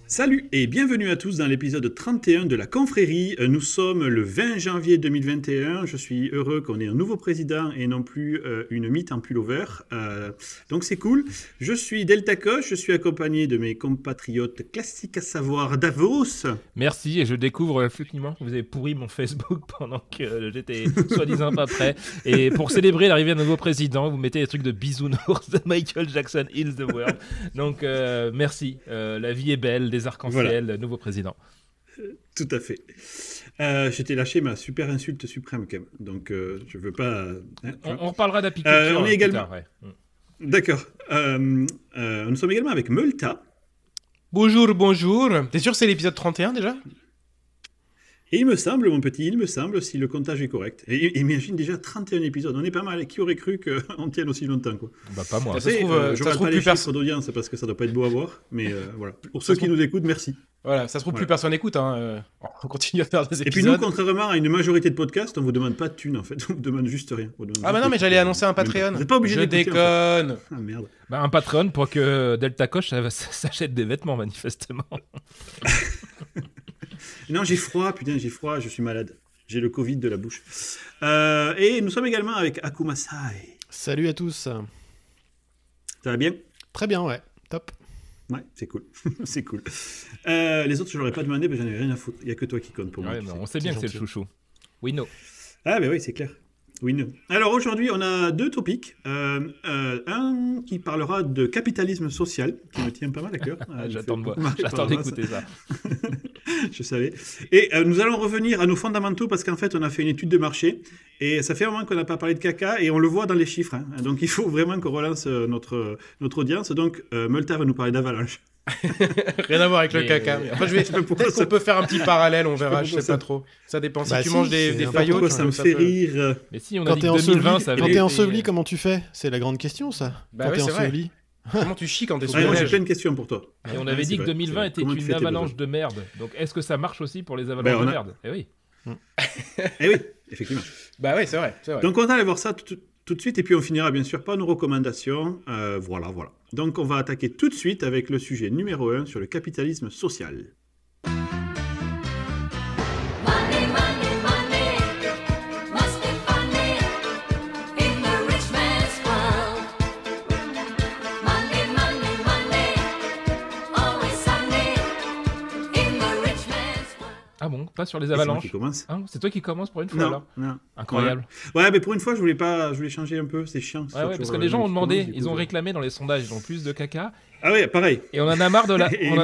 Salut et bienvenue à tous dans l'épisode 31 de la Confrérie. Nous sommes le 20 janvier 2021. Je suis heureux qu'on ait un nouveau président et non plus une mythe en pullover. Donc c'est cool. Je suis Delta Coche, je suis accompagné de mes compatriotes classiques à savoir Davos. Merci, et je découvre effectivement que vous avez pourri mon Facebook pendant que j'étais soi-disant pas prêt. Et pour célébrer l'arrivée d'un nouveau président, vous mettez des trucs de bisounours de Michael Jackson Heals the World. Donc merci, la vie est belle, des arcs-en-ciel, voilà. Nouveau président. Tout à fait. Je t'ai lâché ma super insulte suprême quand même, donc je veux pas... on reparlera d'apiculture on est également... plus tard, ouais. D'accord. Nous sommes également avec Multa. Bonjour. T'es sûr que c'est l'épisode 31 déjà ? Et il me semble, mon petit, si le comptage est correct. Et imagine déjà 31 épisodes, on est pas mal. Qui aurait cru qu'on tienne aussi longtemps, quoi. Bah pas moi. Ça se trouve, je regarde pas les chiffres d'audience parce que ça doit pas être beau à voir, mais voilà. Pour ceux qui nous écoutent, merci. Voilà, ça se trouve plus personne écoute, hein. On continue à faire des épisodes. Et puis nous, contrairement à une majorité de podcasts, on vous demande pas de thunes en fait, on vous demande juste rien. Ah bah non, mais j'allais annoncer un Patreon. Vous n'êtes pas obligé de d'écouter. déconne. En fait. Ah merde. Bah un Patreon pour que Delta Coche s'achète des vêtements manifestement. Non, j'ai froid, je suis malade. J'ai le Covid de la bouche. Et nous sommes également avec Akumasai. Salut à tous. Ça va bien ? Très bien, ouais. Top. Ouais, c'est cool. C'est cool. Les autres, je ne l'aurais pas demandé, mais j'en avais rien à foutre. Il n'y a que toi qui compte pour moi. Ouais, on sait bien que c'est le chouchou. We know. Ah, ben oui, c'est clair. Oui, non. Alors aujourd'hui, on a deux topics. Un qui parlera de capitalisme social, qui me tient pas mal à cœur. J'attends d'écouter ça. Je savais. Et nous allons revenir à nos fondamentaux parce qu'en fait, on a fait une étude de marché et ça fait un moment qu'on n'a pas parlé de caca et on le voit dans les chiffres. Hein. Donc il faut vraiment qu'on relance notre audience. Donc Multa va nous parler d'avalanche. Rien à voir avec le caca. Enfin, peut-être qu'on peut faire un petit parallèle, on verra, je sais pas trop. Ça dépend. Si tu manges des faillots, ça me fait rire. Mais si, on a dit que 2020, ça avait Quand t'es enseveli, comment tu fais ? C'est la grande question, ça. Bah oui, c'est vrai. Comment tu chies quand t'es sous la neige ? neige ? J'ai plein de questions pour toi. Et on avait dit que 2020 était une avalanche de merde. Donc est-ce que ça marche aussi pour les avalanches de merde ? Eh oui. Eh oui, effectivement. Bah oui, c'est vrai. Donc on va aller voir ça tout de suite, et puis on finira bien sûr par nos recommandations. Voilà. Donc on va attaquer tout de suite avec le sujet numéro 1 sur le capitalisme social. Ah bon, pas sur les avalanches. C'est toi qui commence pour une fois, alors. Non. Incroyable. Ouais, mais pour une fois, je voulais changer un peu, c'est chiant. Ouais, parce que les gens ont demandé, ils ont réclamé dans les sondages, ils ont plus de caca. Ah ouais, pareil. Et on en a marre de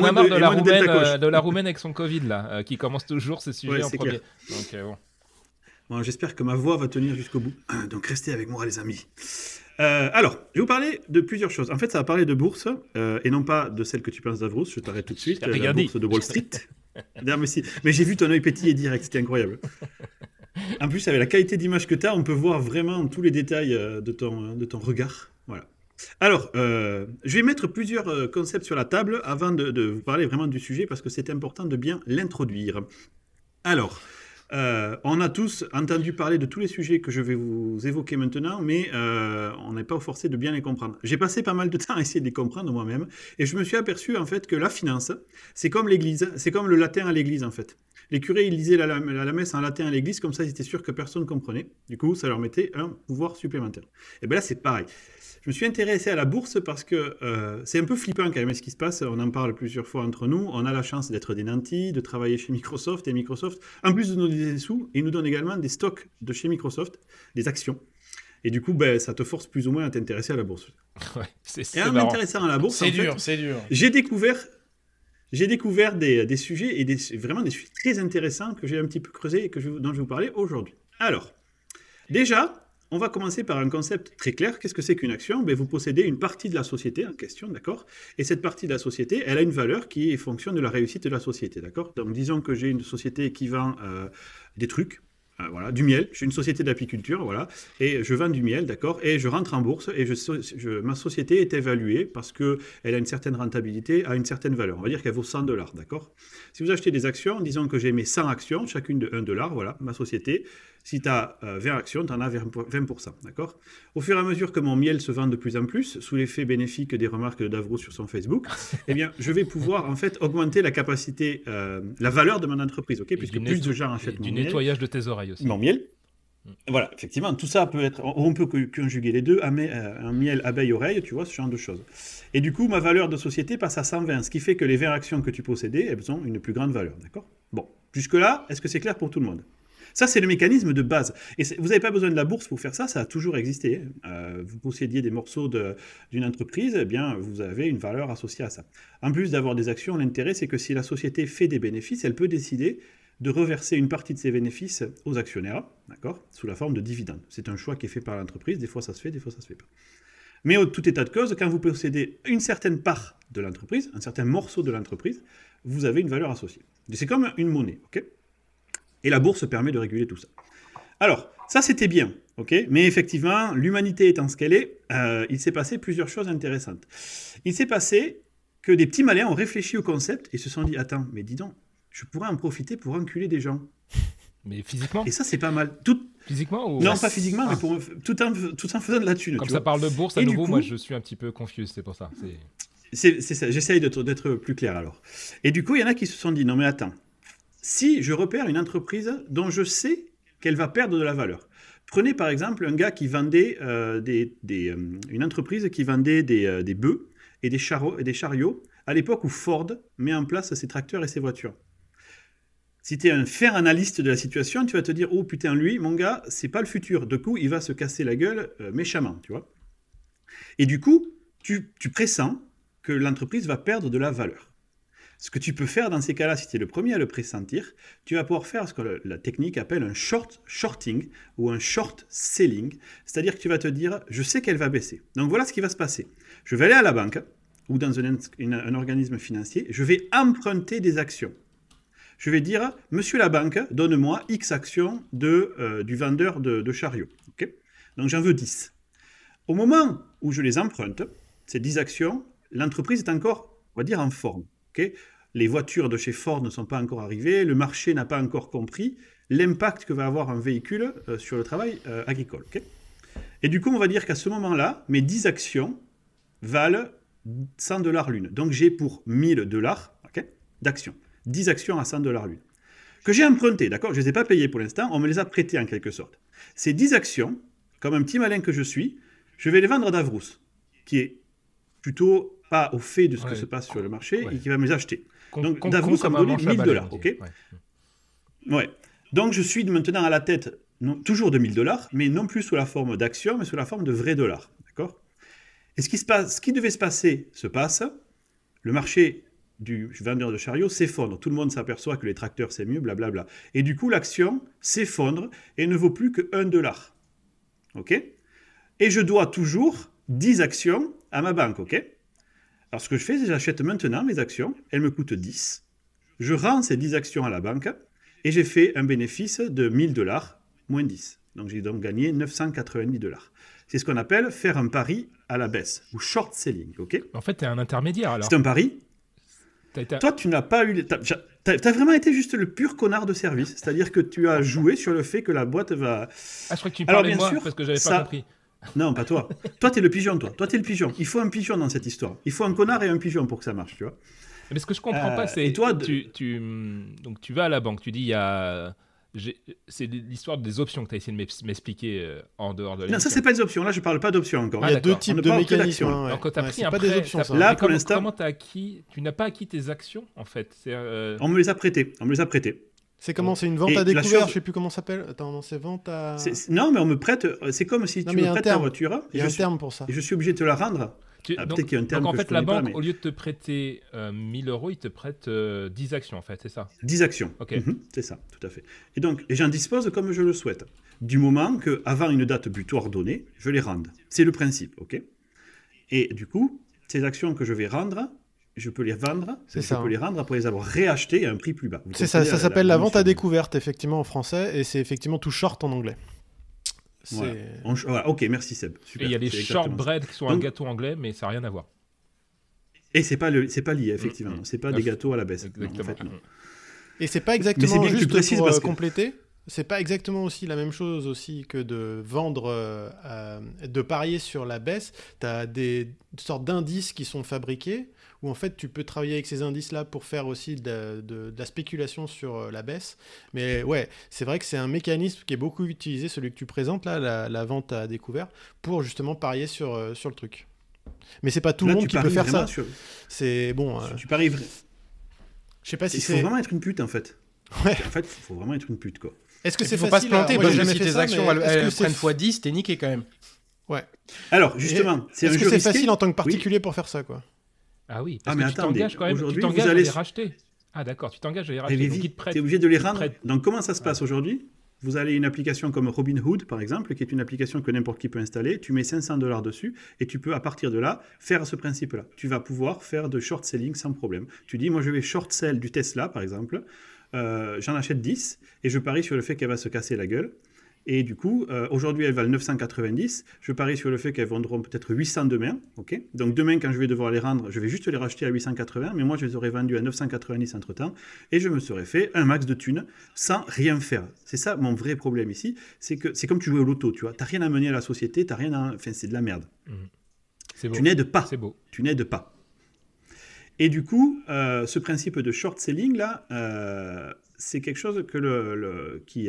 la roumaine avec son Covid, là, qui commence toujours ses sujets en premier. Donc, bon, j'espère que ma voix va tenir jusqu'au bout. Donc restez avec moi, les amis. Alors, je vais vous parler de plusieurs choses. En fait, ça va parler de bourse, et non pas de celle que tu penses Davos. Je t'arrête tout de suite. La bourse de Wall Street. Mais j'ai vu ton œil pétiller direct, c'était incroyable. En plus, avec la qualité d'image que tu as, on peut voir vraiment tous les détails de ton regard. Voilà. Alors, je vais mettre plusieurs concepts sur la table avant de vous parler vraiment du sujet, parce que c'est important de bien l'introduire. Alors... on a tous entendu parler de tous les sujets que je vais vous évoquer maintenant, mais on n'est pas forcé de bien les comprendre. J'ai passé pas mal de temps à essayer de les comprendre moi-même, et je me suis aperçu en fait que la finance, c'est comme l'église, c'est comme le latin à l'église en fait. Les curés, ils lisaient la messe en latin à l'église, comme ça ils étaient sûrs que personne ne comprenait. Du coup, ça leur mettait un pouvoir supplémentaire. Et bien là, c'est pareil. Je me suis intéressé à la bourse parce que c'est un peu flippant quand même ce qui se passe. On en parle plusieurs fois entre nous. On a la chance d'être des nantis, de travailler chez Microsoft. Et Microsoft, en plus de nous donner des sous, il nous donne également des stocks de chez Microsoft, des actions. Et du coup, ça te force plus ou moins à t'intéresser à la bourse. Ouais, c'est et en m'intéressant à la bourse, c'est dur. J'ai découvert des sujets, et vraiment des sujets très intéressants que j'ai un petit peu creusés et dont je vais vous parler aujourd'hui. Alors, déjà... On va commencer par un concept très clair. Qu'est-ce que c'est qu'une action ? Vous possédez une partie de la société en question, d'accord ? Et cette partie de la société, elle a une valeur qui est en fonction de la réussite de la société, d'accord ? Donc disons que j'ai une société qui vend des trucs, voilà, du miel. J'ai une société d'apiculture, voilà, et je vends du miel, d'accord ? Et je rentre en bourse et ma société est évaluée parce qu'elle a une certaine rentabilité, a une certaine valeur. On va dire qu'elle vaut $100, d'accord ? Si vous achetez des actions, disons que j'ai mes 100 actions, chacune de $1, voilà, ma société... Si tu as 20 actions, tu en as 20%. D'accord ? Au fur et à mesure que mon miel se vend de plus en plus, sous l'effet bénéfique des remarques de Davros sur son Facebook, eh bien, je vais pouvoir en fait augmenter la capacité, la valeur de mon entreprise, ok ? Puisque plus de gens achètent mon miel. Du nettoyage de tes oreilles aussi. Mon miel. Voilà, effectivement, tout ça peut être. On peut conjuguer les deux, un miel abeille-oreille, tu vois, ce genre de choses. Et du coup, ma valeur de société passe à 120, ce qui fait que les 20 actions que tu possédais, elles ont une plus grande valeur, d'accord ? Bon, jusque-là, est-ce que c'est clair pour tout le monde ? Ça, c'est le mécanisme de base. Et vous n'avez pas besoin de la bourse pour faire ça, ça a toujours existé. Vous possédiez des morceaux d'une entreprise, eh bien, vous avez une valeur associée à ça. En plus d'avoir des actions, l'intérêt, c'est que si la société fait des bénéfices, elle peut décider de reverser une partie de ses bénéfices aux actionnaires, d'accord, sous la forme de dividendes. C'est un choix qui est fait par l'entreprise, des fois ça se fait, des fois ça se fait pas. Mais au tout état de cause, quand vous possédez une certaine part de l'entreprise, un certain morceau de l'entreprise, vous avez une valeur associée. C'est comme une monnaie, ok ? Et la bourse permet de réguler tout ça. Alors, ça c'était bien, ok ? Mais effectivement, l'humanité étant ce qu'elle est, il s'est passé plusieurs choses intéressantes. Il s'est passé que des petits malins ont réfléchi au concept et se sont dit, attends, mais dis donc, je pourrais en profiter pour enculer des gens. Mais physiquement ? Et ça, c'est pas mal. Physiquement ou... Non, pas physiquement, mais tout en faisant de la thune. Comme ça parle de bourse, à nouveau, moi je suis un petit peu confus, c'est pour ça. C'est ça, j'essaye d'être plus clair alors. Et du coup, il y en a qui se sont dit, non mais attends, si je repère une entreprise dont je sais qu'elle va perdre de la valeur. Prenez par exemple un gars qui vendait une entreprise qui vendait des bœufs et des chariots à l'époque où Ford met en place ses tracteurs et ses voitures. Si tu es un fer analyste de la situation, tu vas te dire, oh putain, lui, mon gars, c'est pas le futur. De coup, il va se casser la gueule méchamment, tu vois. Et du coup, tu pressens que l'entreprise va perdre de la valeur. Ce que tu peux faire dans ces cas-là, si tu es le premier à le pressentir, tu vas pouvoir faire ce que la technique appelle un shorting ou un short selling, c'est-à-dire que tu vas te dire, je sais qu'elle va baisser. Donc voilà ce qui va se passer. Je vais aller à la banque ou dans un organisme financier, je vais emprunter des actions. Je vais dire, monsieur la banque, donne-moi X actions du vendeur de chariots. Okay ? Donc j'en veux 10. Au moment où je les emprunte, ces 10 actions, l'entreprise est encore, on va dire, en forme. Okay ? Les voitures de chez Ford ne sont pas encore arrivées, le marché n'a pas encore compris l'impact que va avoir un véhicule sur le travail agricole. Okay ? Et du coup, on va dire qu'à ce moment-là, mes 10 actions valent $100 l'une. Donc j'ai pour $1000 okay, d'actions. 10 actions à $100 l'une. Que j'ai empruntées, d'accord ? Je ne les ai pas payées pour l'instant, on me les a prêtées en quelque sorte. Ces 10 actions, comme un petit malin que je suis, je vais les vendre à Davros, qui est plutôt pas au fait de ce que se passe sur le marché et qui va me les acheter. Donc Davros va me donner $1000, ok ? Ouais. Donc je suis maintenant à la tête, toujours de $1000, mais non plus sous la forme d'actions, mais sous la forme de vrais dollars, d'accord ? Et ce qui devait se passer se passe. Le marché du vendeur de chariots s'effondre. Tout le monde s'aperçoit que les tracteurs, c'est mieux, blablabla. Et du coup, l'action s'effondre et ne vaut plus que $1. OK ? Et je dois toujours 10 actions à ma banque. OK ? Alors, ce que je fais, c'est que j'achète maintenant mes actions. Elles me coûtent 10. Je rends ces 10 actions à la banque et j'ai fait un bénéfice de $1000 moins 10. Donc, j'ai donc gagné $990. C'est ce qu'on appelle faire un pari à la baisse ou short selling. OK ? En fait, tu es un intermédiaire alors. C'est un pari. Toi, tu n'as pas eu... T'as vraiment été juste le pur connard de service. C'est-à-dire que tu as joué sur le fait que la boîte va... Ah, je crois que tu parlais de moi parce que j'avais pas compris. Non, pas toi. Toi, t'es le pigeon, toi. Toi, t'es le pigeon. Il faut un pigeon dans cette histoire. Il faut un connard et un pigeon pour que ça marche, tu vois. Mais ce que je comprends pas, c'est... Donc, tu vas à la banque, tu dis, il y a... C'est l'histoire des options que tu as essayé de m'expliquer en dehors de l'émission. Non, ça, c'est pas des options. Là, je parle pas d'options encore. Il y a deux types de mécanismes. Donc, quand tu as pris un pas prêt, des options, ça. Là, pour l'instant... Comment tu as acquis... Tu n'as pas acquis tes actions, en fait. On me les a prêtées. C'est comment ? C'est une vente à découvert, je sais plus comment ça s'appelle. Attends, non, c'est vente à... Non, mais on me prête... C'est comme si tu me prêtes ta voiture. Il y a un terme pour ça. Et je suis obligé de te la rendre. Donc en fait, la banque, au lieu de te prêter 1000 €, il te prête 10 actions, en fait, c'est ça ? 10 actions. Okay. C'est ça, tout à fait. Et j'en dispose comme je le souhaite. Du moment qu'avant une date butoir donnée, je les rende. C'est le principe, ok ? Et du coup, ces actions que je vais rendre, je peux les vendre, peux les rendre après les avoir réachetées à un prix plus bas. C'est ça, ça s'appelle la vente à découverte, effectivement, en français, et c'est effectivement tout short en anglais. Voilà. Ok, merci Seb. Super. Et il y a les shortbread qui sont un gâteau anglais, mais ça n'a rien à voir. Et c'est pas lié, effectivement. C'est pas des gâteaux à la baisse. Exactement. Non, en fait, non. Et c'est pas exactement, juste pour compléter, c'est pas exactement aussi la même chose aussi que de vendre, de parier sur la baisse. Tu as des sortes d'indices qui sont fabriqués, où en fait tu peux travailler avec ces indices-là pour faire aussi de la spéculation sur la baisse. Mais ouais, c'est vrai que c'est un mécanisme qui est beaucoup utilisé, celui que tu présentes là, la vente à découvert, pour justement parier sur le truc. Mais c'est pas tout le monde qui peut faire ça. C'est bon. Tu paries vrai. Je sais pas si il faut vraiment être une pute en fait. Ouais. En fait, il faut vraiment être une pute quoi. Est-ce que c'est faut facile pas se planter parce que si tes ça, actions elles prennent x10, t'es niqué quand même. Ouais. Alors justement, est-ce que c'est facile en tant que particulier pour faire ça quoi? Ah oui, parce mais que attendez, tu t'engages quand même, aujourd'hui, tu t'engages vous à allez les racheter. Ah d'accord, tu t'engages à les racheter. Donc tu es obligé de les rendre. Donc comment ça se passe aujourd'hui? Vous avez une application comme Robinhood, par exemple, qui est une application que n'importe qui peut installer. Tu mets $500 dessus et tu peux, à partir de là, faire ce principe-là. Tu vas pouvoir faire de short selling sans problème. Tu dis, moi, je vais short sell du Tesla, par exemple. J'en achète 10 et je parie sur le fait qu'elle va se casser la gueule. Et du coup, aujourd'hui, elles valent 990. Je parie sur le fait qu'elles vendront peut-être 800 demain. Okay, donc demain, quand je vais devoir les rendre, je vais juste les racheter à 880. Mais moi, je les aurais vendus à 990 entre-temps. Et je me serais fait un max de thunes sans rien faire. C'est ça mon vrai problème ici. C'est que c'est comme tu jouais au loto, tu vois. Tu n'as rien à mener à la société. Enfin, c'est de la merde. C'est beau. Tu n'aides pas. C'est beau. Tu n'aides pas. Et du coup, ce principe de short selling, là, c'est quelque chose que qui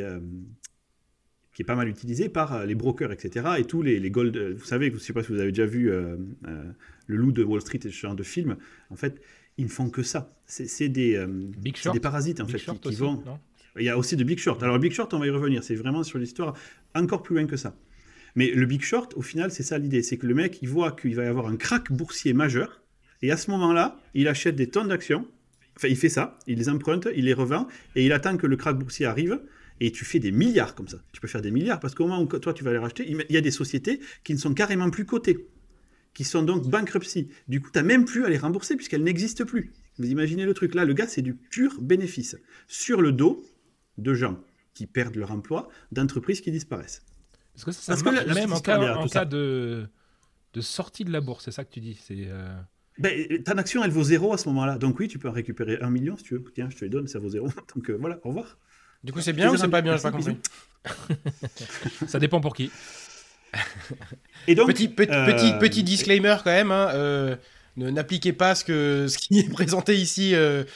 est pas mal utilisé par les brokers, etc. Et tous les gold... Vous savez, je ne sais pas si vous avez déjà vu Le Loup de Wall Street et ce genre de film. En fait, ils ne font que ça. C'est des parasites, en Big fait, Short qui aussi, vont... Non, il y a aussi de Big Short. Alors, Big Short, on va y revenir. C'est vraiment sur l'histoire encore plus loin que ça. Mais le Big Short, au final, c'est ça l'idée. C'est que le mec, il voit qu'il va y avoir un crack boursier majeur. Et à ce moment-là, il achète des tonnes d'actions. Enfin, il fait ça. Il les emprunte, il les revend. Et il attend que le crack boursier arrive. Et tu fais des milliards comme ça. Tu peux faire des milliards parce qu'au moment où toi, tu vas les racheter, il y a des sociétés qui ne sont carrément plus cotées, qui sont donc bankruptcy. Du coup, tu n'as même plus à les rembourser puisqu'elles n'existent plus. Vous imaginez le truc. Là, le gars, c'est du pur bénéfice sur le dos de gens qui perdent leur emploi, d'entreprises qui disparaissent. Parce que ça marche même en cas de sortie de la bourse, c'est ça que tu dis. Ta action, elle vaut 0 à ce moment-là. Donc oui, tu peux en récupérer 1 million si tu veux. Tiens, je te les donne, ça vaut 0. Donc voilà, au revoir. Du coup, c'est bien ou c'est pas bien? Je n'ai pas compris. Ça dépend pour qui. Et donc, petit disclaimer quand même. N'appliquez pas ce qui est présenté ici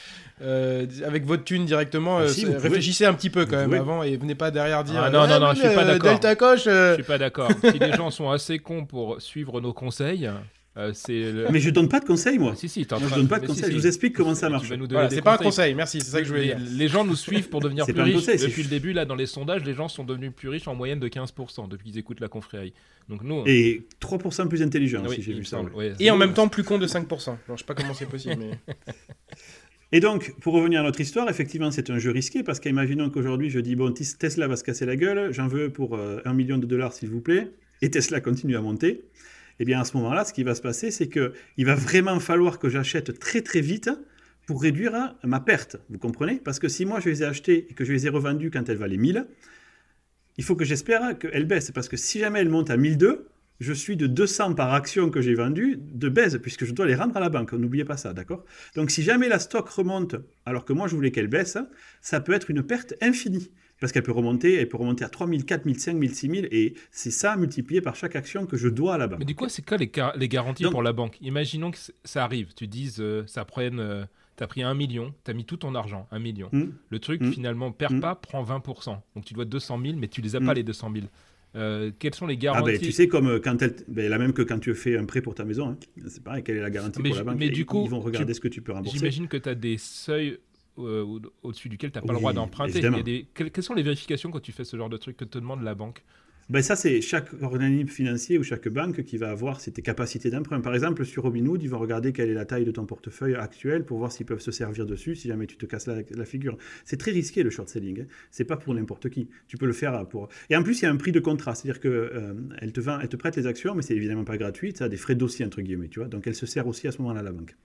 avec votre thune directement. Réfléchissez un petit peu quand même avant et venez pas derrière dire non, je suis pas d'accord. Delta Coche. Je suis pas d'accord. Si les gens sont assez cons pour suivre nos conseils. Mais je donne pas de conseils, moi. Si, je donne pas de conseils. Je vous explique comment ça marche. Voilà, c'est pas un conseil, merci, c'est ça que je voulais dire. Les gens nous suivent pour devenir plus riches. Depuis le début, là, dans les sondages, les gens sont devenus plus riches en moyenne de 15% depuis qu'ils écoutent la confrérie. Donc nous. Et 3% plus intelligents, si j'ai vu ça. Et en même temps, plus con de 5%. Alors, je sais pas comment c'est possible, mais. Et donc, pour revenir à notre histoire, effectivement, c'est un jeu risqué parce qu'imaginons qu'aujourd'hui, je dis bon, Tesla va se casser la gueule, j'en veux pour $1 million, s'il vous plaît, et Tesla continue à monter. Eh bien, à ce moment-là, ce qui va se passer, c'est qu'il va vraiment falloir que j'achète très très vite pour réduire ma perte. Vous comprenez? Parce que si moi je les ai achetés et que je les ai revendus quand elles valaient 1000, il faut que j'espère qu'elles baissent. Parce que si jamais elles montent à 1002, je suis de 200 par action que j'ai vendue de baisse, puisque je dois les rendre à la banque. N'oubliez pas ça, d'accord? Donc si jamais la stock remonte, alors que moi je voulais qu'elle baisse, ça peut être une perte infinie. Parce qu'elle peut remonter à 3000, 4000, 5000, 6000, et c'est ça multiplié par chaque action que je dois à la banque. Mais du coup, c'est quoi les garanties pour la banque? Imaginons que ça arrive, tu dises, ça prenne, t'as pris 1 million, t'as mis tout ton argent, 1 million. Le truc, finalement, perd pas, prend 20%. Donc tu dois 200 000, mais tu les as pas les 200 000. Quelles sont les garanties? Tu sais, comme la même que quand tu fais un prêt pour ta maison. Hein. C'est pareil, quelle est la garantie pour la banque? Mais du coup, ils vont regarder ce que tu peux rembourser. J'imagine que tu as des seuils au-dessus duquel tu n'as pas le droit d'emprunter. Quelles sont les vérifications quand tu fais ce genre de truc que te demande la banque? Ça, c'est chaque organisme financier ou chaque banque qui va avoir tes capacités d'emprunt. Par exemple, sur Robinhood, ils vont regarder quelle est la taille de ton portefeuille actuel pour voir s'ils peuvent se servir dessus si jamais tu te casses la figure. C'est très risqué le short selling. Hein. C'est pas pour n'importe qui. Tu peux le faire pour... Et en plus, il y a un prix de contrat. C'est-à-dire qu'elle te prête les actions, mais c'est évidemment pas gratuit. Ça a des frais de dossier, entre guillemets. Tu vois. Donc, elle se sert aussi à ce moment-là, la banque.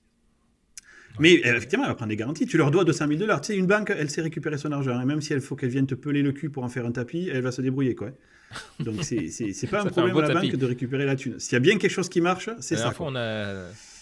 Mais effectivement, elle va prendre des garanties. Tu leur dois $200 000. Tu sais, une banque, elle sait récupérer son argent. Et même si elle faut qu'elle vienne te peler le cul pour en faire un tapis, elle va se débrouiller, quoi. Donc, c'est pas un problème à la banque de récupérer la thune. S'il y a bien quelque chose qui marche, c'est ça. On a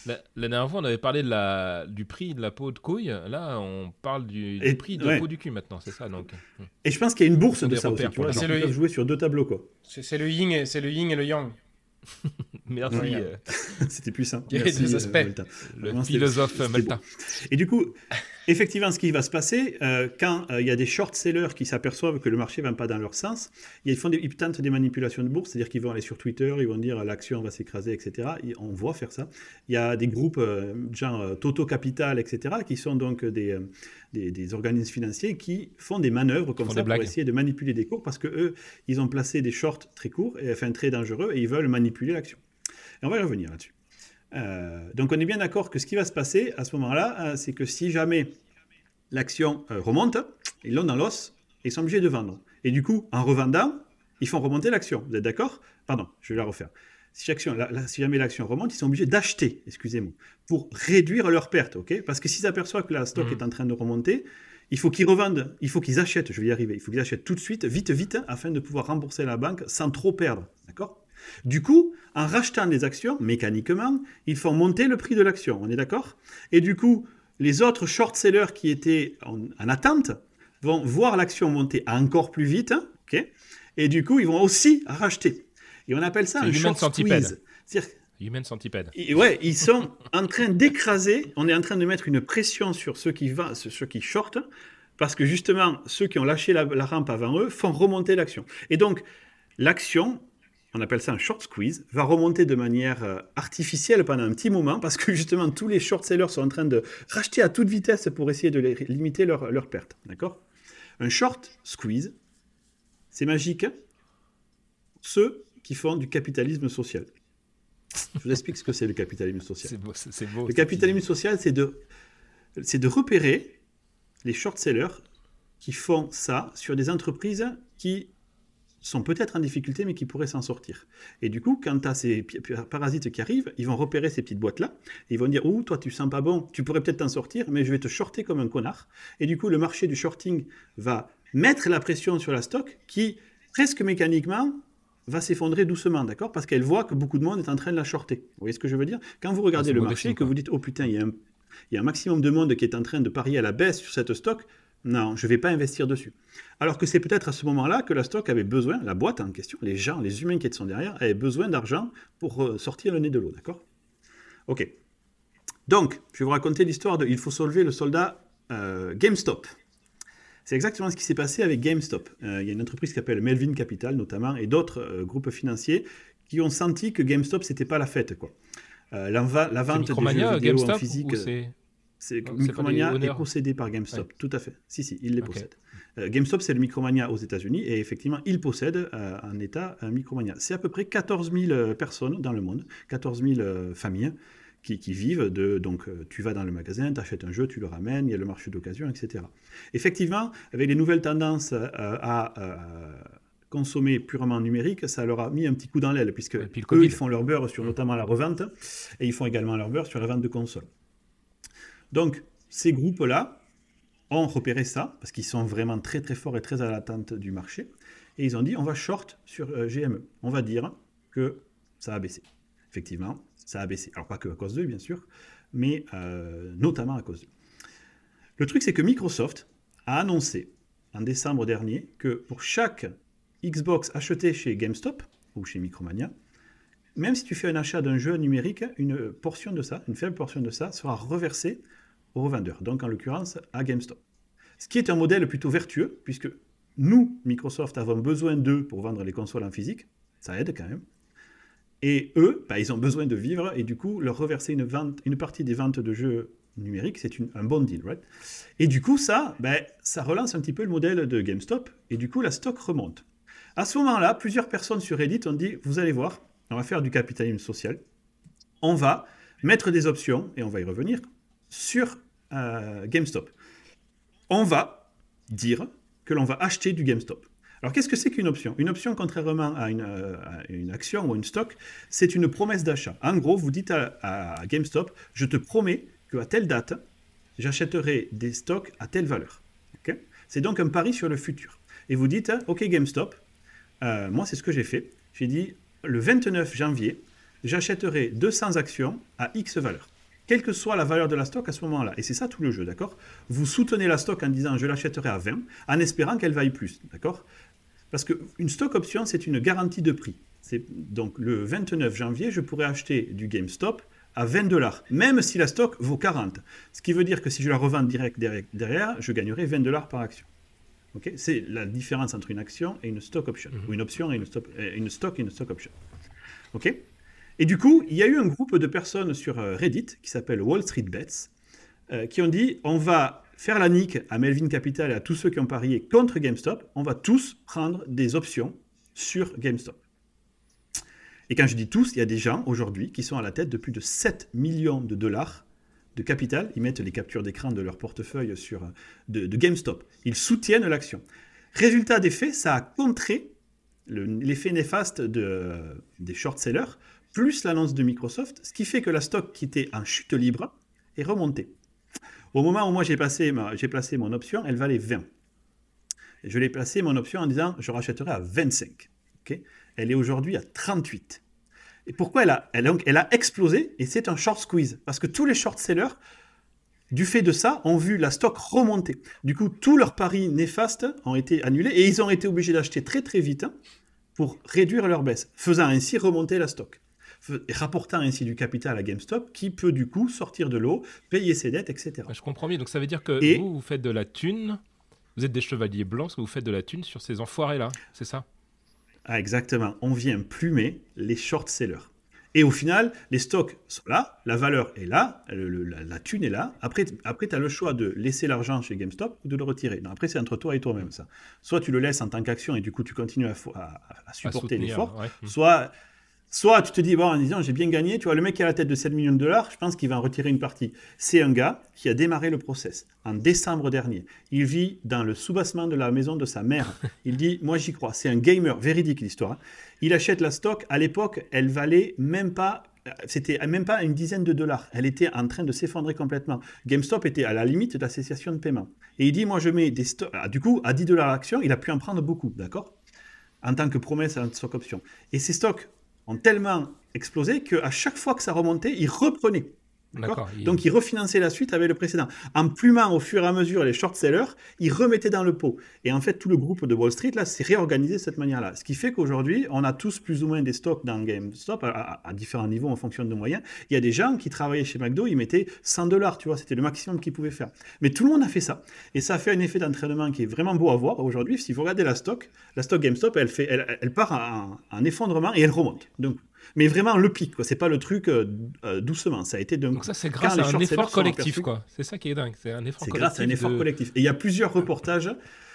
La dernière fois, on avait parlé du prix de la peau de couille. Là, on parle du prix de la peau du cul maintenant, c'est ça donc. Et je pense qu'il y a une bourse de ça aussi. Tu vois, ils peuvent jouer sur 2 tableaux, quoi. C'est le yin et le yang. Merci. C'était puissant. Il y a des aspects. Le philosophe Malta. Et du coup, effectivement, ce qui va se passer, quand il y a des short-sellers qui s'aperçoivent que le marché ne va pas dans leur sens, ils tentent des manipulations de bourse, c'est-à-dire qu'ils vont aller sur Twitter, ils vont dire l'action va s'écraser, etc. On voit faire ça. Il y a des groupes genre Toto Capital, etc., qui sont donc des organismes financiers qui font des manœuvres comme ça pour essayer de manipuler des cours parce qu'eux, ils ont placé des shorts très courts, très dangereux, et ils veulent manipuler l'action. Et on va y revenir là-dessus. Donc on est bien d'accord que ce qui va se passer à ce moment-là, c'est que si jamais l'action remonte, ils l'ont dans l'os, et ils sont obligés de vendre. Et du coup, en revendant, ils font remonter l'action. Vous êtes d'accord ? Pardon, je vais la refaire. Si jamais l'action remonte, ils sont obligés d'acheter, excusez-moi, pour réduire leurs pertes, ok ? Parce que s'ils s'aperçoivent que la stock est en train de remonter, il faut qu'ils revendent, il faut qu'ils achètent, je vais y arriver, il faut qu'ils achètent tout de suite, vite, afin de pouvoir rembourser la banque sans trop perdre, d'accord ? Du coup, en rachetant des actions, mécaniquement, ils font monter le prix de l'action, on est d'accord ? Et du coup, les autres short-sellers qui étaient en attente vont voir l'action monter encore plus vite, ok ? Et du coup, ils vont aussi racheter. Et on appelle ça un short squeeze. Human centipede. Ouais, ils sont en train d'écraser, on est en train de mettre une pression sur ceux qui shortent, parce que justement, ceux qui ont lâché la rampe avant eux font remonter l'action. Et donc, l'action, on appelle ça un short squeeze, va remonter de manière artificielle pendant un petit moment, parce que justement, tous les short-sellers sont en train de racheter à toute vitesse pour essayer de limiter leurs pertes. D'accord ? Un short squeeze, c'est magique. Ceux qui font du capitalisme social. Je vous explique ce que c'est le capitalisme social. C'est beau. Le capitalisme social, c'est de repérer les short-sellers qui font ça sur des entreprises qui sont peut-être en difficulté, mais qui pourraient s'en sortir. Et du coup, quand tu as ces parasites qui arrivent, ils vont repérer ces petites boîtes-là, et ils vont dire « Ouh, toi, tu sens pas bon, tu pourrais peut-être t'en sortir, mais je vais te shorter comme un connard. » Et du coup, le marché du shorting va mettre la pression sur la stock qui, presque mécaniquement, va s'effondrer doucement, d'accord ? Parce qu'elle voit que beaucoup de monde est en train de la shorter. Vous voyez ce que je veux dire ? Quand vous regardez le marché et que vous dites « Oh putain, il y a un maximum de monde qui est en train de parier à la baisse sur cette stock, non, je ne vais pas investir dessus. » Alors que c'est peut-être à ce moment-là que la stock avait besoin, la boîte en question, les gens, les humains qui sont derrière, avaient besoin d'argent pour sortir le nez de l'eau, d'accord ? Ok. Donc, je vais vous raconter l'histoire de « Il faut sauver le soldat GameStop ». C'est exactement ce qui s'est passé avec GameStop. Il y a une entreprise qui s'appelle Melvin Capital, notamment, et d'autres groupes financiers qui ont senti que GameStop, c'était pas la fête, quoi. La vente des jeux vidéo GameStop, en physique... Micromania est possédé par GameStop, tout à fait. Si, il les possède. GameStop, c'est le Micromania aux États-Unis, et effectivement, il possède en état un Micromania. C'est à peu près 14 000 personnes dans le monde, 14 000 familles qui vivent de... Donc, tu vas dans le magasin, tu achètes un jeu, tu le ramènes, il y a le marché d'occasion, etc. Effectivement, avec les nouvelles tendances à consommer purement numérique, ça leur a mis un petit coup dans l'aile, puisque eux, ils font leur beurre sur notamment la revente, et ils font également leur beurre sur la vente de consoles. Donc, ces groupes-là ont repéré ça, parce qu'ils sont vraiment très très forts et très à l'attente du marché, et ils ont dit, on va short sur GME. On va dire que ça a baissé. Effectivement, ça a baissé. Alors, pas que à cause d'eux, bien sûr, mais notamment à cause d'eux. Le truc, c'est que Microsoft a annoncé, en décembre dernier, que pour chaque Xbox acheté chez GameStop, ou chez Micromania, même si tu fais un achat d'un jeu numérique, une portion de ça, une faible portion de ça, sera reversée aux revendeurs, donc en l'occurrence à GameStop. Ce qui est un modèle plutôt vertueux, puisque nous, Microsoft, avons besoin d'eux pour vendre les consoles en physique, ça aide quand même, et eux, ils ont besoin de vivre, et du coup, leur reverser une partie des ventes de jeux numériques, c'est un bon deal, right ? Et du coup, ça relance un petit peu le modèle de GameStop, et du coup, la stock remonte. À ce moment-là, plusieurs personnes sur Reddit ont dit, vous allez voir, on va faire du capitalisme social, on va mettre des options, et on va y revenir, sur GameStop. On va dire que l'on va acheter du GameStop. Alors, qu'est-ce que c'est qu'une option ? Une option, contrairement à une action ou à une stock, c'est une promesse d'achat. En gros, vous dites à GameStop, je te promets qu'à telle date, j'achèterai des stocks à telle valeur. Okay ? C'est donc un pari sur le futur. Et vous dites, OK GameStop, moi c'est ce que j'ai fait. J'ai dit, le 29 janvier, j'achèterai 200 actions à X valeur. quelle que soit la valeur de la stock à ce moment-là. Et c'est ça tout le jeu, d'accord ? Vous soutenez la stock en disant je l'achèterai à 20, en espérant qu'elle vaille plus, d'accord ? Parce qu'une stock option, c'est une garantie de prix. Donc le 29 janvier, je pourrais acheter du GameStop à $20, même si la stock vaut 40. Ce qui veut dire que si je la revends direct derrière, je gagnerai $20 par action. Okay, c'est la différence entre une action et une stock option, ou une option et une stock et une stock option. Okay, et du coup, il y a eu un groupe de personnes sur Reddit qui s'appelle Wall Street Bets qui ont dit on va faire la nique à Melvin Capital et à tous ceux qui ont parié contre GameStop, on va tous prendre des options sur GameStop. Et quand je dis tous, il y a des gens aujourd'hui qui sont à la tête de plus de 7 millions de dollars de capital. Ils mettent les captures d'écran de leur portefeuille de GameStop. Ils soutiennent l'action. Résultat des faits, ça a contré l'effet néfaste des short-sellers, plus l'annonce de Microsoft, ce qui fait que la stock qui était en chute libre est remontée. Au moment où moi j'ai placé mon option, elle valait 20. Et je l'ai placé mon option en disant je rachèterai à 25. Okay, elle est aujourd'hui à 38. Et pourquoi elle a explosé? Et c'est un short squeeze. Parce que tous les short-sellers, du fait de ça, ont vu la stock remonter. Du coup, tous leurs paris néfastes ont été annulés et ils ont été obligés d'acheter très très vite pour réduire leur baisse, faisant ainsi remonter la stock. Et rapportant ainsi du capital à GameStop qui peut du coup sortir de l'eau, payer ses dettes, etc. Je comprends bien. Donc ça veut dire que vous faites de la thune, vous êtes des chevaliers blancs, parce que vous faites de la thune sur ces enfoirés-là, c'est ça? Ah, exactement. On vient plumer les short-sellers. Et au final, les stocks sont là, la valeur est là, la thune est là. Après tu as le choix de laisser l'argent chez GameStop ou de le retirer. Non, après, c'est entre toi et toi-même, ça. Soit tu le laisses en tant qu'action et du coup, tu continues à supporter l'effort. Ouais. Soit tu te dis, bon, en disant, j'ai bien gagné. Tu vois, le mec qui a la tête de 7 millions de dollars, je pense qu'il va en retirer une partie. C'est un gars qui a démarré le process en décembre dernier. Il vit dans le soubassement de la maison de sa mère. Il dit, moi, j'y crois. C'est un gamer, véridique l'histoire. Il achète la stock. À l'époque, elle valait même pas... C'était même pas une dizaine de dollars. Elle était en train de s'effondrer complètement. GameStop était à la limite de la cessation de paiement. Et il dit, moi, je mets des stocks... Du coup, à $10 l'action, il a pu en prendre beaucoup, d'accord ? En tant que promesse à stock option. Et ces stocks ont tellement explosé qu'à chaque fois que ça remontait, ils reprenaient. D'accord. Donc, ils refinançaient la suite avec le précédent. En plumant au fur et à mesure les short-sellers, ils remettaient dans le pot. Et en fait, tout le groupe de Wall Street là, s'est réorganisé de cette manière-là. Ce qui fait qu'aujourd'hui, on a tous plus ou moins des stocks dans GameStop à différents niveaux en fonction de moyens. Il y a des gens qui travaillaient chez McDo, ils mettaient $100, tu vois, c'était le maximum qu'ils pouvaient faire. Mais tout le monde a fait ça. Et ça a fait un effet d'entraînement qui est vraiment beau à voir aujourd'hui. Si vous regardez la stock GameStop, elle part en effondrement et elle remonte. Donc, mais vraiment le pic, quoi. C'est pas le truc doucement. Ça a été donc ça, c'est grâce à un effort collectif, quoi. C'est ça qui est dingue. C'est un effort collectif. Grâce à un effort collectif. Et il y a plusieurs reportages.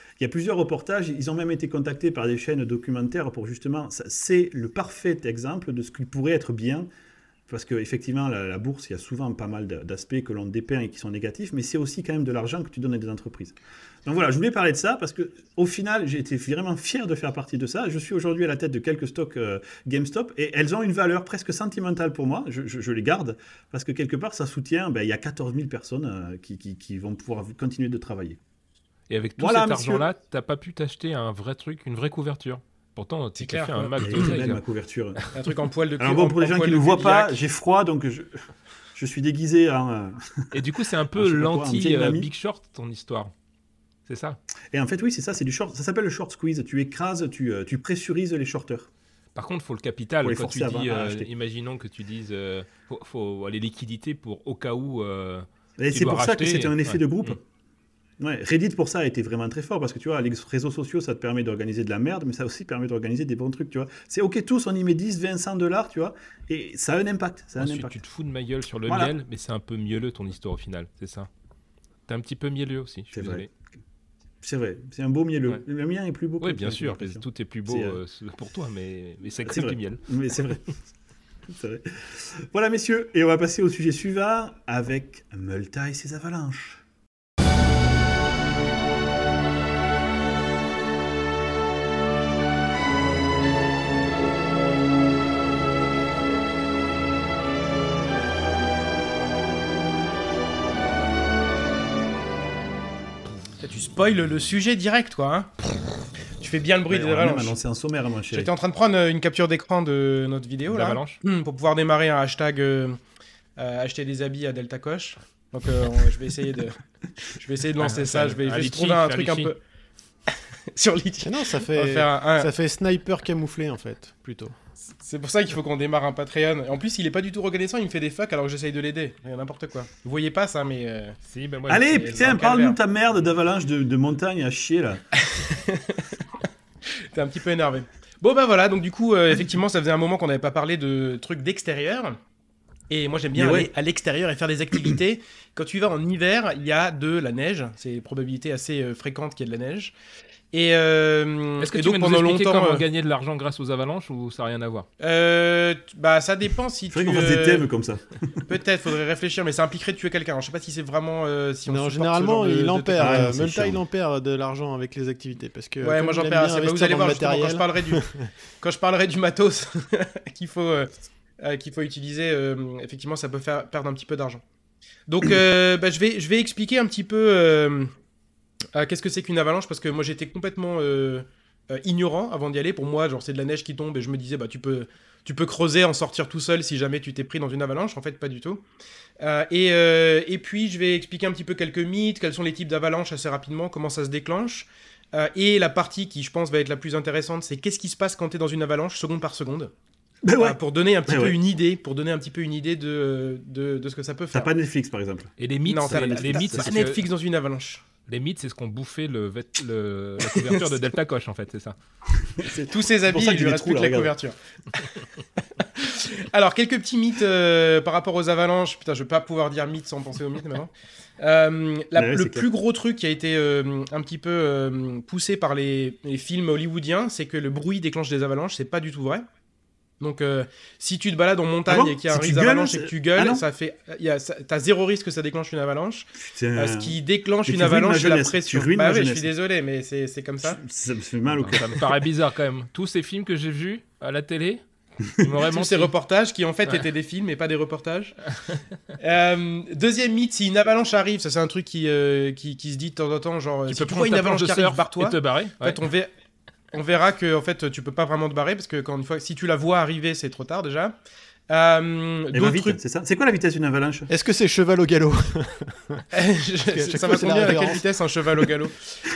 Ils ont même été contactés par des chaînes documentaires pour justement. C'est le parfait exemple de ce qui pourrait être bien. Parce qu'effectivement, la bourse, il y a souvent pas mal d'aspects que l'on dépeint et qui sont négatifs, mais c'est aussi quand même de l'argent que tu donnes à des entreprises. Donc voilà, je voulais parler de ça parce qu'au final, j'ai été vraiment fier de faire partie de ça. Je suis aujourd'hui à la tête de quelques stocks GameStop et elles ont une valeur presque sentimentale pour moi. Je les garde parce que quelque part, ça soutient, il y a 14 000 personnes qui vont pouvoir continuer de travailler. Et avec tout cet argent-là, tu n'as pas pu t'acheter un vrai truc, une vraie couverture. Pourtant, tu as fait un Mac de ma couverture. Un truc en poil de cuir. Alors bon, pour les gens qui ne voient pas, j'ai froid, donc je suis déguisé en... Et du coup, c'est un peu l'anti-Big Short, ton histoire. C'est ça? Et en fait, oui, c'est ça, c'est du short. Ça s'appelle le short squeeze. Tu écrases, tu pressurises les shorters. Par contre, il faut le capital. Quand tu dis, imaginons que tu dises, faut aller liquidité pour au cas où. Et c'est pour ça que c'était un effet de groupe. Ouais, Reddit pour ça a été vraiment très fort parce que tu vois, les réseaux sociaux ça te permet d'organiser de la merde, mais ça aussi permet d'organiser des bons trucs, tu vois. C'est ok tous, on y met 10, 20, $100, tu vois, et ça a un impact. Tu te fous de ma gueule sur le miel, mais c'est un peu mielleux ton histoire au final, c'est ça. T'es un petit peu mielleux aussi, je suis désolé. C'est vrai, c'est un beau mielleux. Ouais. Le mien est plus beau. Oui, bien sûr, tout est plus beau pour toi, mais c'est que c'est du miel. Mais c'est vrai. C'est vrai. Voilà messieurs, et on va passer au sujet suivant avec Multa et ses avalanches. Tu spoil le sujet direct, quoi. Hein. Tu fais bien le bruit des avalanches. C'est un sommaire, mon chéri. J'étais en train de prendre une capture d'écran de notre vidéo là, pour pouvoir démarrer un hashtag acheter des habits à Delta Coche. Donc je vais essayer de lancer ça. Je vais trouver un truc un peu sur Litchi. Non, ça fait sniper camouflé en fait, plutôt. C'est pour ça qu'il faut qu'on démarre un Patreon. En plus, il est pas du tout reconnaissant, il me fait des fuck alors que j'essaye de l'aider. N'importe quoi. Vous voyez pas ça, mais. Si, ben moi, allez, putain, parle-nous de ta merde d'avalanche de montagne à chier là. T'es un petit peu énervé. Bon, bah voilà, donc du coup, effectivement, ça faisait un moment qu'on n'avait pas parlé de trucs d'extérieur. Et moi, j'aime bien aller à l'extérieur et faire des activités. Quand tu vas en hiver, il y a de la neige. C'est une probabilité assez fréquente qu'il y ait de la neige. Et est-ce que tu peux nous expliquer comment gagner de l'argent grâce aux avalanches ou ça n'a rien à voir? Bah ça dépend si tu... Faudrait qu'on fasse des thèmes comme ça. Peut-être, faudrait réfléchir, mais ça impliquerait de tuer quelqu'un. Alors, je sais pas si c'est vraiment... non, généralement, il en perd. Multa, il en perd de l'argent avec les activités. Parce que, ouais, moi j'en perds assez. Vous allez voir, justement, quand je parlerai du matos qu'il faut utiliser, effectivement, ça peut faire perdre un petit peu d'argent. Donc, je vais expliquer un petit peu... qu'est-ce que c'est qu'une avalanche, parce que moi j'étais complètement ignorant avant d'y aller. Pour moi, genre c'est de la neige qui tombe et je me disais bah tu peux creuser, en sortir tout seul si jamais tu t'es pris dans une avalanche. En fait, pas du tout. Et puis je vais expliquer un petit peu quelques mythes, quels sont les types d'avalanches assez rapidement, comment ça se déclenche. Et la partie qui je pense va être la plus intéressante, c'est qu'est-ce qui se passe quand tu es dans une avalanche seconde par seconde. Pour donner un petit peu une idée, de ce que ça peut faire. T'as pas Netflix par exemple? Et les mythes, non, les mythes, c'est Netflix dans une avalanche. Les mythes, c'est ce qu'on bouffait la couverture de Delta Coche, en fait, c'est ça. C'est tous ces habits, il lui reste plus que la couverture. Alors, quelques petits mythes par rapport aux avalanches. Putain, je vais pas pouvoir dire mythes sans penser aux mythes maintenant. Le plus gros truc qui a été un petit peu poussé par les films hollywoodiens, c'est que le bruit déclenche des avalanches. C'est pas du tout vrai. Donc, si tu te balades en montagne et qu'il y a un risque d'avalanche et que tu gueules, t'as zéro risque que ça déclenche une avalanche. Ce qui déclenche une avalanche, c'est la pression. Je suis désolé, mais c'est comme ça. Ça me fait mal au cœur. Ça me paraît bizarre quand même. Tous ces films que j'ai vus à la télé, tous ces reportages qui en fait étaient des films et pas des reportages. Deuxième mythe, si une avalanche arrive, ça c'est un truc qui se dit de temps en temps, genre si tu vois une avalanche qui arrive par toi, et te barrer. En fait, on verra que en fait tu peux pas vraiment te barrer parce que quand une fois si tu la vois arriver, c'est trop tard déjà. D'autres trucs, c'est ça. C'est quoi la vitesse d'une avalanche? Est-ce que c'est cheval au galop? Ça va combien à quelle vitesse un cheval au galop?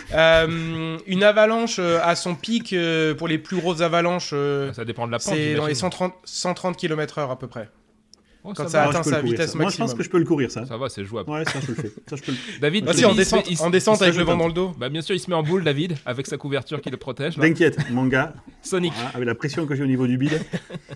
Une avalanche à son pic pour les plus grosses avalanches, ça dépend de la pente. C'est dans les 130 km/h à peu près. Quand ça atteint sa vitesse maximum. Moi, je pense que je peux le courir, ça. Ça va, c'est jouable. Ouais, ça, je peux le faire. David, en descente avec le vent dans le dos. Bah, bien sûr, il se met en boule, David, avec sa couverture qui le protège. T'inquiète, mon gars. Sonic. Voilà, avec la pression que j'ai au niveau du bide.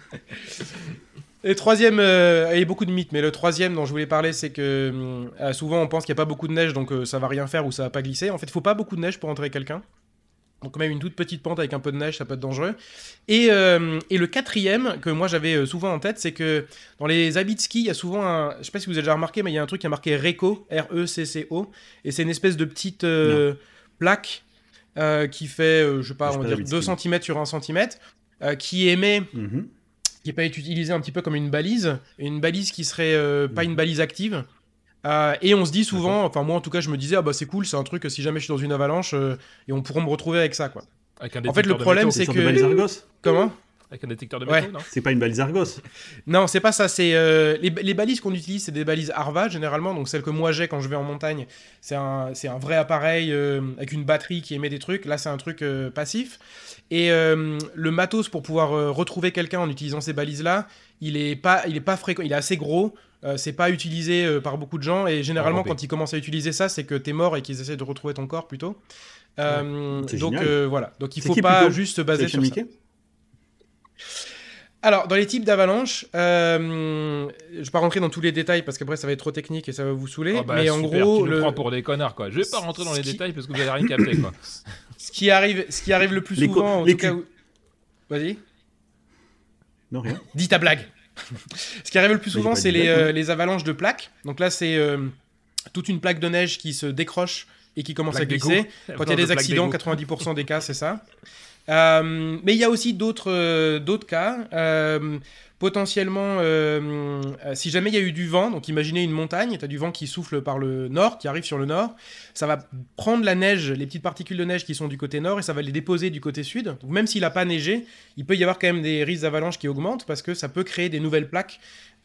Et troisième, il y a beaucoup de mythes, mais le troisième dont je voulais parler, c'est que souvent on pense qu'il n'y a pas beaucoup de neige, donc ça va rien faire ou ça va pas glisser. En fait, il faut pas beaucoup de neige pour enterrer quelqu'un. Donc même une toute petite pente avec un peu de neige, ça peut être dangereux. Et le quatrième, que moi j'avais souvent en tête, c'est que dans les habits de ski, il y a souvent je sais pas si vous avez déjà remarqué, mais il y a un truc qui est marqué RECCO, R-E-C-C-O, et c'est une espèce de petite plaque qui fait, je sais pas, on va dire 2 cm sur 1 cm, qui émet... qui peut être utilisée un petit peu comme une balise qui serait pas une balise active. Et on se dit souvent, enfin moi en tout cas je me disais, ah bah c'est cool, c'est un truc que si jamais je suis dans une avalanche, et on pourra me retrouver avec ça quoi. En fait le problème c'est que... C'est une balise Argos? Comment? Avec un détecteur de métaux, non? C'est pas une balise Argos? Non, c'est pas ça, c'est... les balises qu'on utilise, c'est des balises Arva généralement, donc celles que moi j'ai quand je vais en montagne, c'est un vrai appareil avec une batterie qui émet des trucs, là c'est un truc passif. Et le matos pour pouvoir retrouver quelqu'un en utilisant ces balises-là, il est pas fréquent, il est assez gros, c'est pas utilisé par beaucoup de gens, et généralement quand ils commencent à utiliser ça, c'est que t'es mort et qu'ils essaient de retrouver ton corps plutôt. Donc voilà, donc il faut pas juste se baser sur ça. Alors, dans les types d'avalanches, je vais pas rentrer dans tous les détails parce qu'après ça va être trop technique et ça va vous saouler. Mais en gros, tu nous prends pour des connards quoi. Je vais pas rentrer dans les détails parce que vous avez rien capté quoi. Ce qui arrive le plus souvent, en tout cas. Vas-y. Non rien. Dis ta blague. Ce qui arrive le plus souvent, c'est les avalanches de plaques. Donc là, c'est toute une plaque de neige qui se décroche et qui commence à glisser. Quand il y a des accidents, 90% des cas, c'est ça. Mais il y a aussi d'autres cas. Potentiellement, si jamais il y a eu du vent, donc imaginez une montagne, tu as du vent qui souffle par le nord, qui arrive sur le nord, ça va prendre la neige, les petites particules de neige qui sont du côté nord, et ça va les déposer du côté sud. Donc même s'il n'a pas neigé, il peut y avoir quand même des risques d'avalanche qui augmentent, parce que ça peut créer des nouvelles plaques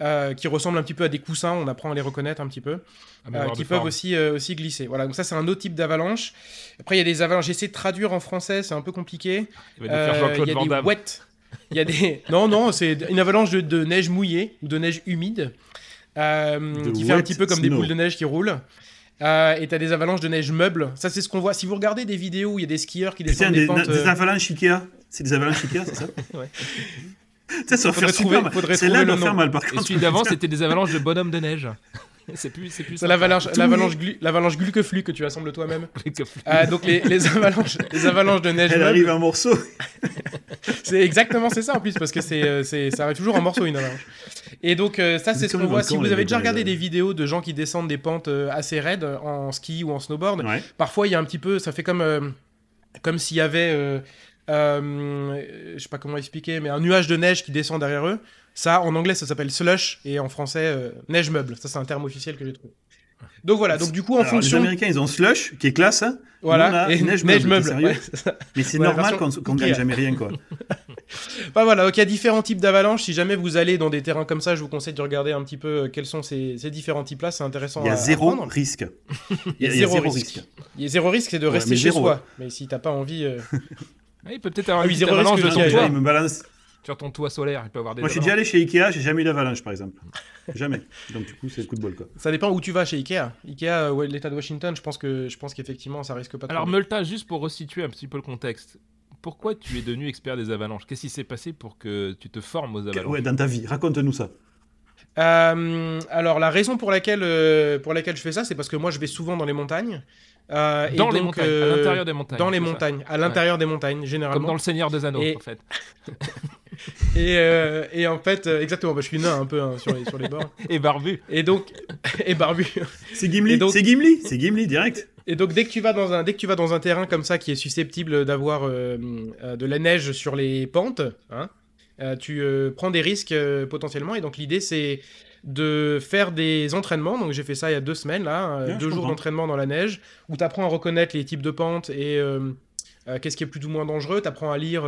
qui ressemblent un petit peu à des coussins, on apprend à les reconnaître un petit peu, qui peuvent aussi glisser. Voilà, donc ça c'est un autre type d'avalanche. Après il y a des avalanches, j'essaie de traduire en français, c'est un peu compliqué. Il va nous faire Jean-Claude Van Damme. Il y a des non, c'est une avalanche de neige mouillée ou de neige humide qui fait un petit peu comme des boules de neige qui roulent. Et t'as des avalanches de neige meuble. Ça c'est ce qu'on voit. Si vous regardez des vidéos où il y a des skieurs qui descendent des pentes. Des avalanches Ikea. C'est des avalanches Ikea, c'est ça? Ouais. Ça va faire super mal. C'est là de faire mal par contre. Et celui d'avant c'était des avalanches de bonhommes de neige. C'est plus c'est l'avalanche Gluckeflu que tu assembles toi-même. Donc les avalanches de neige. Elle arrive en morceaux. C'est exactement ça en plus parce que ça arrive toujours en morceaux une avalanche. Et donc ça c'est ce qu'on voit. Si vous avez déjà regardé des vidéos de gens qui descendent des pentes assez raides en ski ou en snowboard, parfois il y a un petit peu, ça fait comme s'il y avait je sais pas comment expliquer, mais un nuage de neige qui descend derrière eux. Ça, en anglais, ça s'appelle slush, et en français, neige meuble. Ça, c'est un terme officiel que j'ai trouvé. Donc voilà, donc du coup, en fonction... Les Américains, ils ont slush, qui est classe, hein. Voilà, et neige meuble. Ouais, mais c'est normal qu'on gagne jamais rien, quoi. Bah voilà, donc il y a différents types d'avalanches. Si jamais vous allez dans des terrains comme ça, je vous conseille de regarder un petit peu quels sont ces différents types-là. C'est intéressant à apprendre. Il y a zéro risque. Il y a zéro risque. Il y a zéro risque, c'est de rester chez soi. Mais si t'as pas envie... Il peut peut-être avoir une petite avalanche de ton toit. Il me balance... Sur ton toit solaire, il peut avoir des Moi, je suis déjà allé chez Ikea, j'ai jamais eu d'avalanche, par exemple. Jamais. Donc, du coup, c'est le coup de bol, quoi. Ça dépend où tu vas chez Ikea. Ikea, l'État de Washington, je pense qu'effectivement, ça risque pas. Alors, Multa, juste pour resituer un petit peu le contexte, pourquoi tu es devenu expert des avalanches? Qu'est-ce qui s'est passé pour que tu te formes aux avalanches? Ouais, dans ta vie, raconte-nous ça. Alors, la raison pour laquelle je fais ça, c'est parce que moi, je vais souvent dans les montagnes. À l'intérieur des montagnes. Dans les montagnes, à l'intérieur des montagnes, généralement. Comme dans Le Seigneur des Anneaux, en fait. et en fait, exactement, je suis nain un peu sur les bords. Et barbu. Et barbu. C'est Gimli, c'est Gimli, direct. Et donc, dès que tu vas dans un terrain comme ça qui est susceptible d'avoir de la neige sur les pentes, hein, tu prends des risques potentiellement. Et donc, l'idée, c'est de faire des entraînements. Donc j'ai fait ça il y a 2 semaines, là, 2 jours d'entraînement dans la neige, où tu apprends à reconnaître les types de pentes et qu'est-ce qui est plus ou moins dangereux. Tu apprends à lire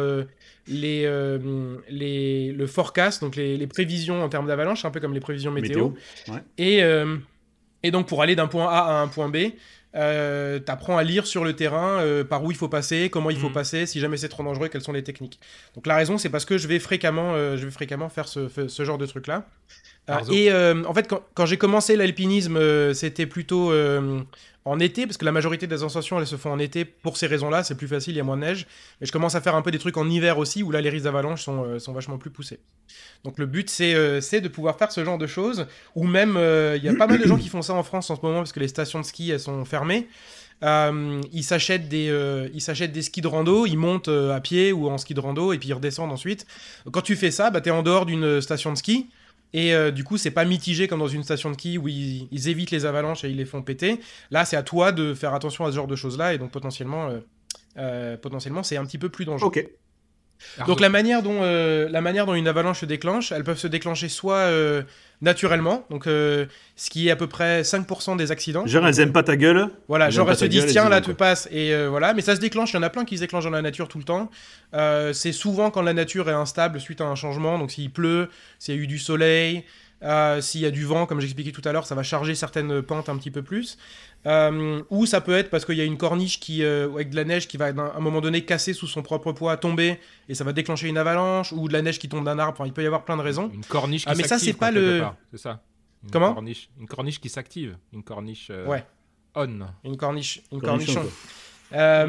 le forecast, donc les prévisions en termes d'avalanche, un peu comme les prévisions météo. Ouais. Et donc pour aller d'un point A à un point B, t'apprends à lire sur le terrain par où il faut passer, comment il faut passer, si jamais c'est trop dangereux, quelles sont les techniques. Donc la raison, c'est parce que je vais fréquemment faire ce genre de truc-là. En fait, quand j'ai commencé l'alpinisme, c'était plutôt en été, parce que la majorité des ascensions, elles se font en été pour ces raisons-là, c'est plus facile, il y a moins de neige. Mais je commence à faire un peu des trucs en hiver aussi, où là, les risques d'avalanche sont vachement plus poussés. Donc le but, c'est de pouvoir faire ce genre de choses, ou même, il y a pas mal de gens qui font ça en France en ce moment, parce que les stations de ski, elles sont fermées. Ils s'achètent des skis de rando, ils montent à pied ou en ski de rando, et puis ils redescendent ensuite. Quand tu fais ça, t'es en dehors d'une station de ski, et du coup, c'est pas mitigé comme dans une station de ski où ils évitent les avalanches et ils les font péter. Là, c'est à toi de faire attention à ce genre de choses-là, et donc potentiellement, c'est un petit peu plus dangereux. Ok. Donc la manière dont une avalanche se déclenche, elles peuvent se déclencher soit naturellement, donc ce qui est à peu près 5% des accidents. Genre elles aiment pas ta gueule. Voilà, genre elles se disent tiens là tu passes et voilà, mais ça se déclenche, il y en a plein qui se déclenchent dans la nature tout le temps. C'est souvent quand la nature est instable suite à un changement, donc s'il pleut, s'il y a eu du soleil, s'il y a du vent comme j'expliquais tout à l'heure, ça va charger certaines pentes un petit peu plus. Ou ça peut être parce qu'il y a une corniche avec de la neige qui va à un moment donné casser sous son propre poids, tomber, et ça va déclencher une avalanche, ou de la neige qui tombe d'un arbre. Enfin, il peut y avoir plein de raisons. Une corniche qui s'active. Mais ça, c'est pas le. C'est ça. Comment ? Une corniche qui s'active. Une corniche. Ouais. On. Une cornichon. Putain,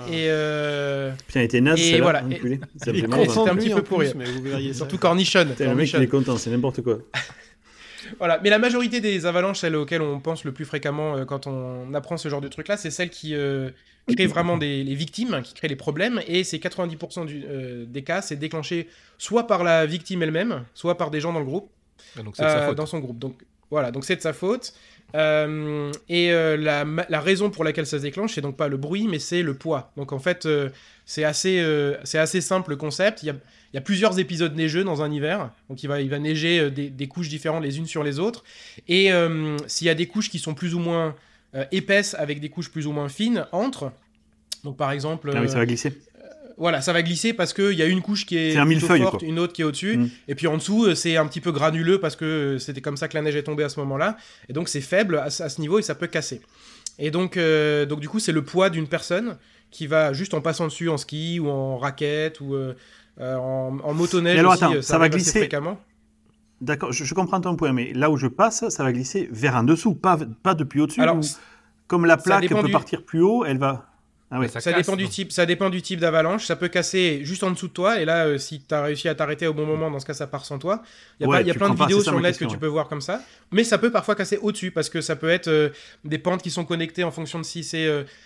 il était naze, et voilà. C'était un petit peu pourri. Mais vous verriez ça. Surtout cornichon. Le mec, il est content, c'est n'importe quoi. Voilà, mais la majorité des avalanches, celles auxquelles on pense le plus fréquemment quand on apprend ce genre de truc-là, c'est celles qui créent vraiment les victimes, qui créent les problèmes, et c'est 90% des cas, c'est déclenché soit par la victime elle-même, soit par des gens dans le groupe, donc c'est de sa faute. dans son groupe. Donc voilà, donc c'est de sa faute. La raison pour laquelle ça se déclenche, c'est donc pas le bruit, mais c'est le poids. Donc en fait, c'est assez simple le concept. Il y a plusieurs épisodes neigeux dans un hiver, donc il va neiger des couches différentes les unes sur les autres. Et s'il y a des couches qui sont plus ou moins épaisses avec des couches plus ou moins fines entre, donc par exemple, ça va glisser. Voilà, ça va glisser parce qu'il y a une couche qui est un plutôt millefeuille, forte, quoi. une autre qui est au-dessus, et puis en dessous, c'est un petit peu granuleux parce que c'était comme ça que la neige est tombée à ce moment-là, et donc c'est faible à ce niveau et ça peut casser. Et donc du coup, c'est le poids d'une personne qui va juste en passant dessus en ski ou en raquette ou en motoneige alors, aussi, attends, ça va glisser fréquemment. D'accord, je comprends ton point, mais là où je passe, ça va glisser vers en dessous, pas depuis au-dessus. Alors, comme la plaque peut partir plus haut, elle va... Ah ouais. Ça dépend du type d'avalanche. Ça peut casser juste en dessous de toi. Et là, si tu as réussi à t'arrêter au bon moment, dans ce cas, ça part sans toi. Il y a plein de vidéos sur le net que tu peux voir comme ça. Mais ça peut parfois casser au-dessus parce que ça peut être des pentes qui sont connectées en fonction de si c'est...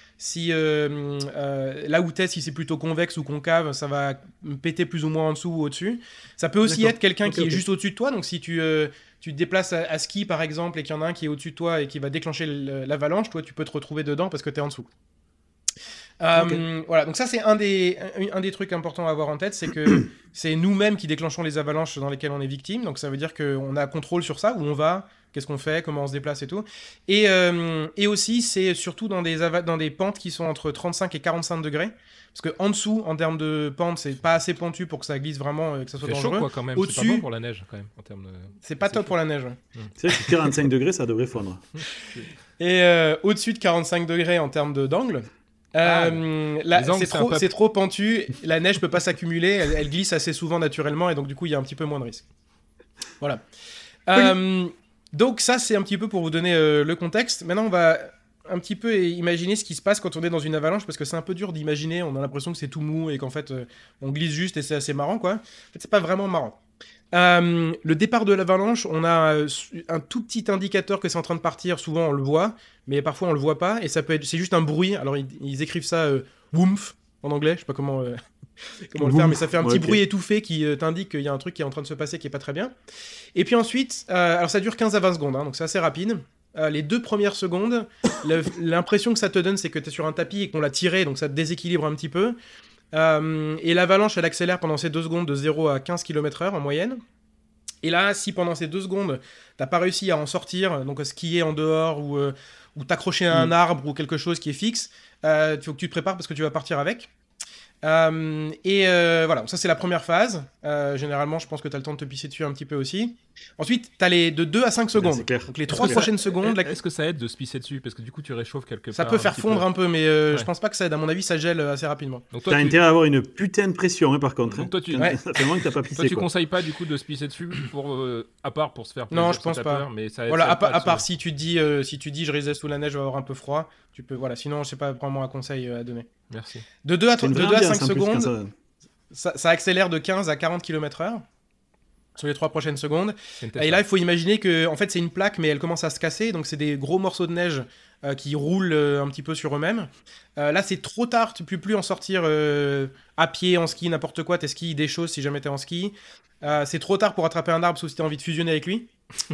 là où t'es, si c'est plutôt convexe ou concave, ça va péter plus ou moins en dessous ou au-dessus. Ça peut aussi être quelqu'un qui est juste au-dessus de toi. Donc si tu te déplaces à ski par exemple et qu'il y en a un qui est au-dessus de toi et qui va déclencher l'avalanche, toi tu peux te retrouver dedans parce que t'es en dessous. Voilà, donc ça c'est un des trucs importants à avoir en tête, c'est que c'est nous-mêmes qui déclenchons les avalanches dans lesquelles on est victime, donc ça veut dire qu'on a contrôle sur ça, où on va, qu'est-ce qu'on fait, comment on se déplace et tout. Et aussi c'est surtout dans des pentes qui sont entre 35 et 45 degrés, parce qu'en dessous, en termes de pente, c'est pas assez pentu pour que ça glisse vraiment, que ça soit dangereux. C'est chaud quoi quand même, au-dessus, c'est pas bon pour la neige quand même, en termes de... C'est pas top pour la neige. C'est vrai que 45 degrés, ça devrait fondre. Et au-dessus de 45 degrés en termes d'angle, c'est trop pentu, la neige peut pas s'accumuler, elle glisse assez souvent naturellement et donc du coup il y a un petit peu moins de risque. Voilà. Donc ça c'est un petit peu pour vous donner le contexte. Maintenant on va un petit peu imaginer ce qui se passe quand on est dans une avalanche parce que c'est un peu dur d'imaginer, on a l'impression que c'est tout mou et qu'en fait on glisse juste et c'est assez marrant quoi. En fait c'est pas vraiment marrant. Le départ de l'avalanche, on a un tout petit indicateur que c'est en train de partir. Souvent on le voit, mais parfois on le voit pas. Et ça peut être, c'est juste un bruit. Alors ils écrivent ça woomph en anglais. Je sais pas comment le faire, mais ça fait un petit bruit étouffé qui t'indique qu'il y a un truc qui est en train de se passer qui est pas très bien. Et puis ensuite, alors ça dure 15 à 20 secondes, donc c'est assez rapide. Les 2 premières secondes, l'impression que ça te donne, c'est que tu es sur un tapis et qu'on l'a tiré, donc ça te déséquilibre un petit peu. Et l'avalanche, elle accélère pendant ces 2 secondes de 0 à 15 km/h en moyenne. Et là, si pendant ces 2 secondes, t'as pas réussi à en sortir, donc à skier en dehors ou t'accrocher à un arbre ou quelque chose qui est fixe, il faut que tu te prépares parce que tu vas partir avec. Voilà, ça c'est la première phase. Généralement, je pense que tu as le temps de te pisser dessus un petit peu aussi. Ensuite, tu as les de 2 à 5 secondes. Donc les 3 prochaines secondes. Est-ce que ça aide de se pisser dessus? Parce que du coup, tu réchauffes quelque part. Ça peut faire fondre un peu, mais je pense pas que ça aide. À mon avis, ça gèle assez rapidement. Tu as intérêt à avoir une putain de pression, hein, par contre. Donc toi, ça fait moins que t'as pas pissé. Toi, tu conseilles pas du coup de se pisser dessus à part pour se faire plaisir? Non, je pense pas. Peur, mais ça aide, voilà, ça à part si tu dis je risque sous la neige, je vais avoir un peu froid. Tu peux, voilà. Sinon, je sais pas vraiment un conseil à donner. Merci. De 2 à 5 secondes. Ça accélère de 15 à 40 km/h sur les 3 prochaines secondes. Et là, il faut imaginer que en fait, c'est une plaque, mais elle commence à se casser. Donc, c'est des gros morceaux de neige qui roulent un petit peu sur eux-mêmes. Là, c'est trop tard. Tu peux plus en sortir à pied, en ski, n'importe quoi. Tes skis, des choses si jamais t'es en ski. C'est trop tard pour attraper un arbre sauf si t'as envie de fusionner avec lui.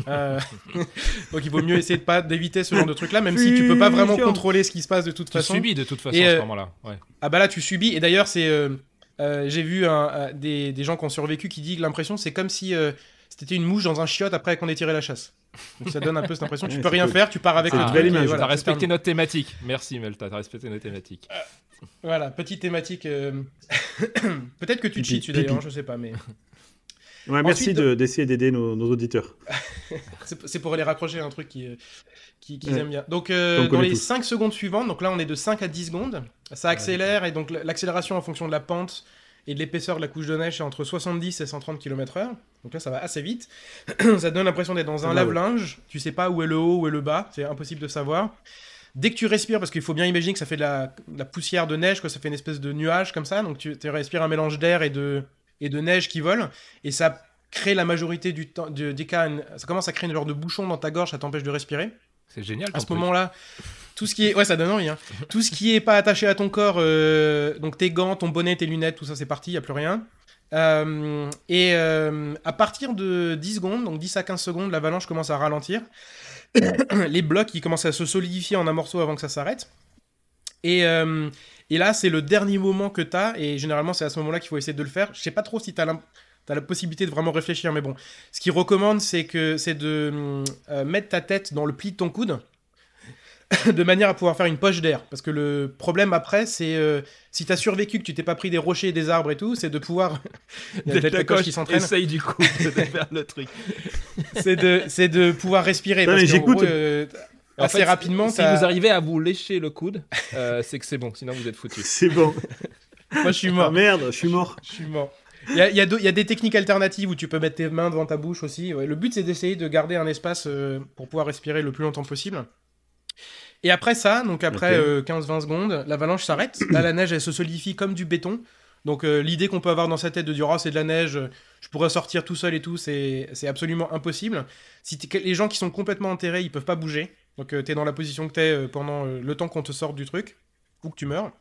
Donc, il vaut mieux essayer d'éviter ce genre de truc-là, même si tu peux pas vraiment contrôler ce qui se passe de toute façon. Tu subis de toute façon à ce moment-là. Ouais. Ah bah là, tu subis. Et d'ailleurs, c'est... j'ai vu des gens qui ont survécu qui disent que l'impression c'est comme si c'était une mouche dans un chiotte après qu'on ait tiré la chasse. Donc ça donne un peu cette impression. Tu peux rien faire, tu pars avec le truc. Voilà, t'as respecté notre thématique. Merci Melta, t'as respecté notre thématique. Voilà, petite thématique. Peut-être que tu cheats dessus d'ailleurs, je sais pas, mais. Ouais, merci d'essayer d'aider nos auditeurs. C'est pour les raccrocher à un truc qu'ils aiment bien. Donc dans les 5 secondes suivantes, donc là on est de 5 à 10 secondes, ça accélère et donc l'accélération en fonction de la pente et de l'épaisseur de la couche de neige c'est entre 70 et 130 km/h. Donc là ça va assez vite. Ça donne l'impression d'être dans un lave-linge, tu sais pas où est le haut, où est le bas, c'est impossible de savoir. Dès que tu respires, parce qu'il faut bien imaginer que ça fait de la poussière de neige, que ça fait une espèce de nuage comme ça, donc tu respires un mélange d'air et de neige qui vole, et ça crée la majorité des cas, ça commence à créer une genre de bouchon dans ta gorge, ça t'empêche de respirer. C'est génial. À ce moment-là, tout ce qui est... Ouais, ça donne envie. Hein. Tout ce qui est pas attaché à ton corps, donc tes gants, ton bonnet, tes lunettes, tout ça, c'est parti, il n'y a plus rien. À partir de 10 secondes, donc 10 à 15 secondes, l'avalanche commence à ralentir. Les blocs, ils commencent à se solidifier en un morceau avant que ça s'arrête. Et là, c'est le dernier moment que tu as, et généralement, c'est à ce moment-là qu'il faut essayer de le faire. Je sais pas trop si tu as la possibilité de vraiment réfléchir, mais bon. Ce qu'ils recommandent, c'est de mettre ta tête dans le pli de ton coude, de manière à pouvoir faire une poche d'air. Parce que le problème après, c'est si t'as survécu, que tu t'es pas pris des rochers, des arbres et tout, c'est de pouvoir... Il y a peut-être la coche qui s'entraîne. Essaye du coup de faire le truc. c'est de pouvoir respirer. Parce j'écoute... assez rapidement... Si vous arrivez à vous lécher le coude, c'est que c'est bon, sinon vous êtes foutu. C'est bon. Moi, je suis mort. Ah merde, je suis mort. Il y a des techniques alternatives où tu peux mettre tes mains devant ta bouche aussi. Ouais, le but, c'est d'essayer de garder un espace pour pouvoir respirer le plus longtemps possible. Et après ça, donc après 15-20 secondes, l'avalanche s'arrête. Là, la neige, elle se solidifie comme du béton. Donc l'idée qu'on peut avoir dans sa tête de dire « Oh, c'est de la neige, je pourrais sortir tout seul et tout », c'est absolument impossible. Les gens qui sont complètement enterrés, ils peuvent pas bouger. Donc t'es dans la position que t'es pendant le temps qu'on te sorte du truc, ou que tu meurs.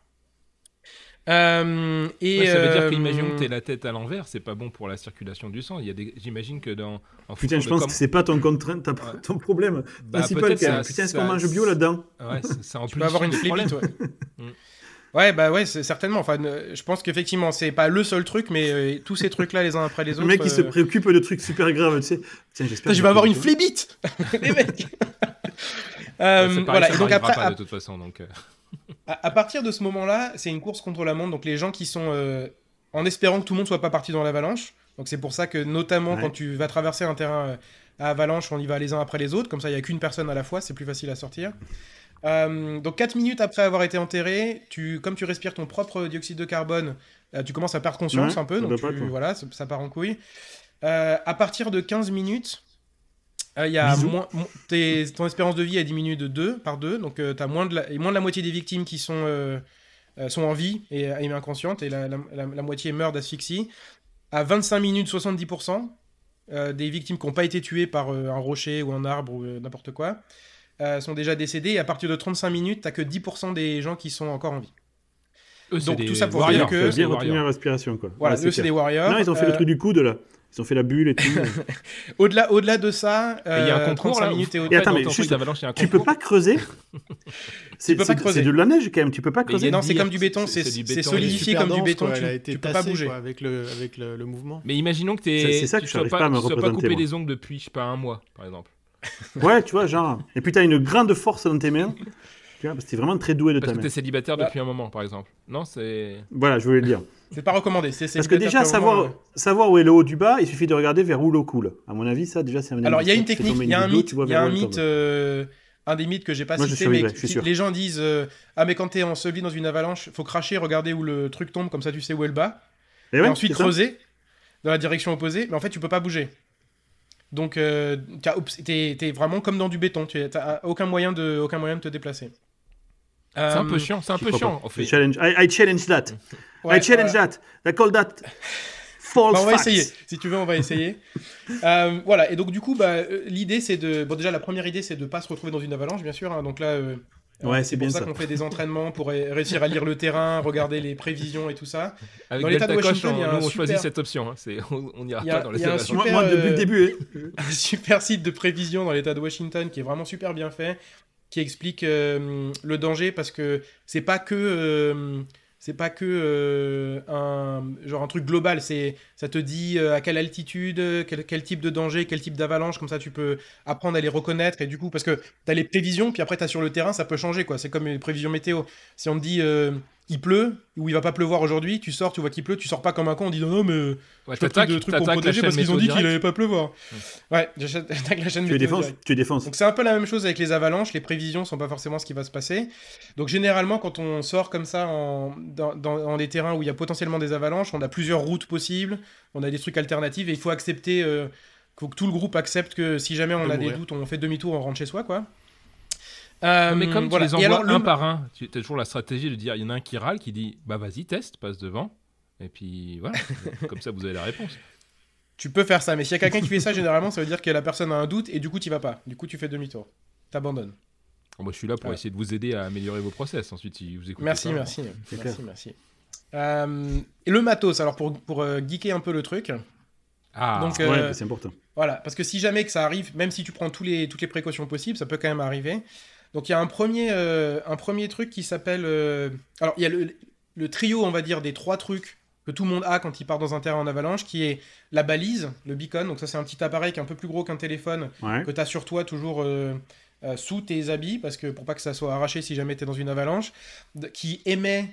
Ça veut dire qu'imaginons que t'es la tête à l'envers, c'est pas bon pour la circulation du sang. J'imagine que Putain, je pense que c'est pas ton contrainte, ton problème principal. Putain, est-ce qu'on mange bio là-dedans? Ouais, ça en plus. Tu peux avoir une phlébite, ouais. Ouais, c'est certainement. Enfin, je pense qu'effectivement, c'est pas le seul truc, mais tous ces trucs-là, les uns après les autres. Le mec, il se préoccupe de trucs super graves, tu sais. Tiens, j'espère. Je vais avoir une phlébite, les mecs. Voilà. Et donc après, pas, de toute façon, donc. À partir de ce moment-là, c'est une course contre la montre. Donc les gens qui sont en espérant que tout le monde soit pas parti dans l'avalanche. Donc c'est pour ça que notamment quand tu vas traverser un terrain à avalanche, on y va les uns après les autres. Comme ça, il y a qu'une personne à la fois, c'est plus facile à sortir. Donc 4 minutes après avoir été enterré, comme tu respires ton propre dioxyde de carbone, tu commences à perdre conscience un peu. Donc voilà, ça part en couille. À partir de 15 minutes. Il y a ton espérance de vie a diminué par 2, donc tu as moins de la moitié des victimes qui sont en vie et inconscientes, et la moitié meurt d'asphyxie. À 25 minutes, 70% des victimes qui n'ont pas été tuées par un rocher ou un arbre ou n'importe quoi sont déjà décédées, et à partir de 35 minutes, tu n'as que 10% des gens qui sont encore en vie. Donc tout ça pour dire que... bien retenir la respiration, quoi. Voilà, eux, c'est des warriors. Non, ils ont fait le truc du coude, là. Ils ont fait la bulle et tout. Au-delà de ça, il y a un concours 35 minutes et attends, mais juste, tu peux pas creuser. C'est de la neige quand même. Tu peux pas creuser. Non, c'est comme du béton. C'est solidifié comme du béton. Tu peux pas bouger avec le mouvement. Mais imaginons que tu sois pas coupé les ongles depuis, je sais pas, un mois, par exemple. Ouais, tu vois, genre. Et puis t'as une grande force dans tes mains. Tu vois, parce que t'es vraiment très doué de ta main. Parce que t'es célibataire depuis un moment, par exemple. Non, c'est. Voilà, je voulais le dire. C'est pas recommandé. Parce que déjà, savoir où est le haut du bas, il suffit de regarder vers où l'eau coule. À mon avis, ça, déjà, c'est un. Alors, il y a une technique, il y a un mythe, un des mythes que j'ai pas cité, mais les gens disent ah, mais quand t'es enseveli dans une avalanche, faut cracher, regarder où le truc tombe, comme ça tu sais où est le bas. Et ensuite creuser dans la direction opposée, mais en fait, tu peux pas bouger. Donc, t'es vraiment comme dans du béton, t'as aucun moyen de te déplacer. C'est un peu chiant, En fait. I challenge that. I challenge that. I call that false on va essayer. Si tu veux, on va essayer. Voilà. Et donc du coup, l'idée c'est de. Bon, déjà la première idée c'est de pas se retrouver dans une avalanche, bien sûr. Hein. Donc là, c'est pour ça qu'on fait des entraînements pour réussir à lire le terrain, regarder les prévisions et tout ça. Avec dans l'État de Washington, on choisit cette option. On n'ira pas dans les avalanches. Moi, depuis le début. Un super site de prévision dans l'État de Washington qui est vraiment super bien fait, qui explique le danger, parce que c'est pas que un truc global, ça te dit à quelle altitude, quel type de danger, quel type d'avalanche, comme ça tu peux apprendre à les reconnaître, et du coup, parce que t'as les prévisions, puis après t'as sur le terrain, ça peut changer, quoi. C'est comme les prévisions météo. Si on te dit il pleut, ou il va pas pleuvoir aujourd'hui, tu sors, tu vois qu'il pleut, tu sors pas comme un con, on dit non, mais je t'attaque de trucs pour protéger parce qu'ils ont dit qu'il allait pas pleuvoir. Ouais, j'attaque la chaîne météo. Tu défenses. Donc c'est un peu la même chose avec les avalanches, les prévisions sont pas forcément ce qui va se passer. Donc généralement, quand on sort comme ça dans des terrains où il y a potentiellement des avalanches, on a plusieurs routes possibles, on a des trucs alternatifs, et il faut accepter, faut que tout le groupe accepte que si jamais on a des doutes, on fait demi-tour, on rentre chez soi, quoi. Mais comme tu les envoies un par un, tu as toujours la stratégie de dire, il y en a un qui râle, qui dit bah vas-y, teste, passe devant, et puis voilà, comme ça vous avez la réponse. Tu peux faire ça, mais s'il y a quelqu'un qui fait ça, généralement ça veut dire que la personne a un doute, et du coup tu vas pas, du coup tu fais demi-tour, t'abandonnes. Moi je suis là pour essayer de vous aider à améliorer vos process, ensuite si vous écoutez. Merci. Et le matos, alors pour geeker un peu le truc. Donc, c'est important. Voilà, parce que si jamais que ça arrive, même si tu prends toutes les précautions possibles, ça peut quand même arriver. Donc il y a un premier truc qui s'appelle... alors il y a le trio, on va dire, des 3 trucs que tout le monde a quand il part dans un terrain en avalanche, qui est la balise, le beacon. Donc ça c'est un petit appareil qui est un peu plus gros qu'un téléphone, que tu as sur toi toujours sous tes habits, parce que pour pas que ça soit arraché si jamais tu es dans une avalanche, qui émet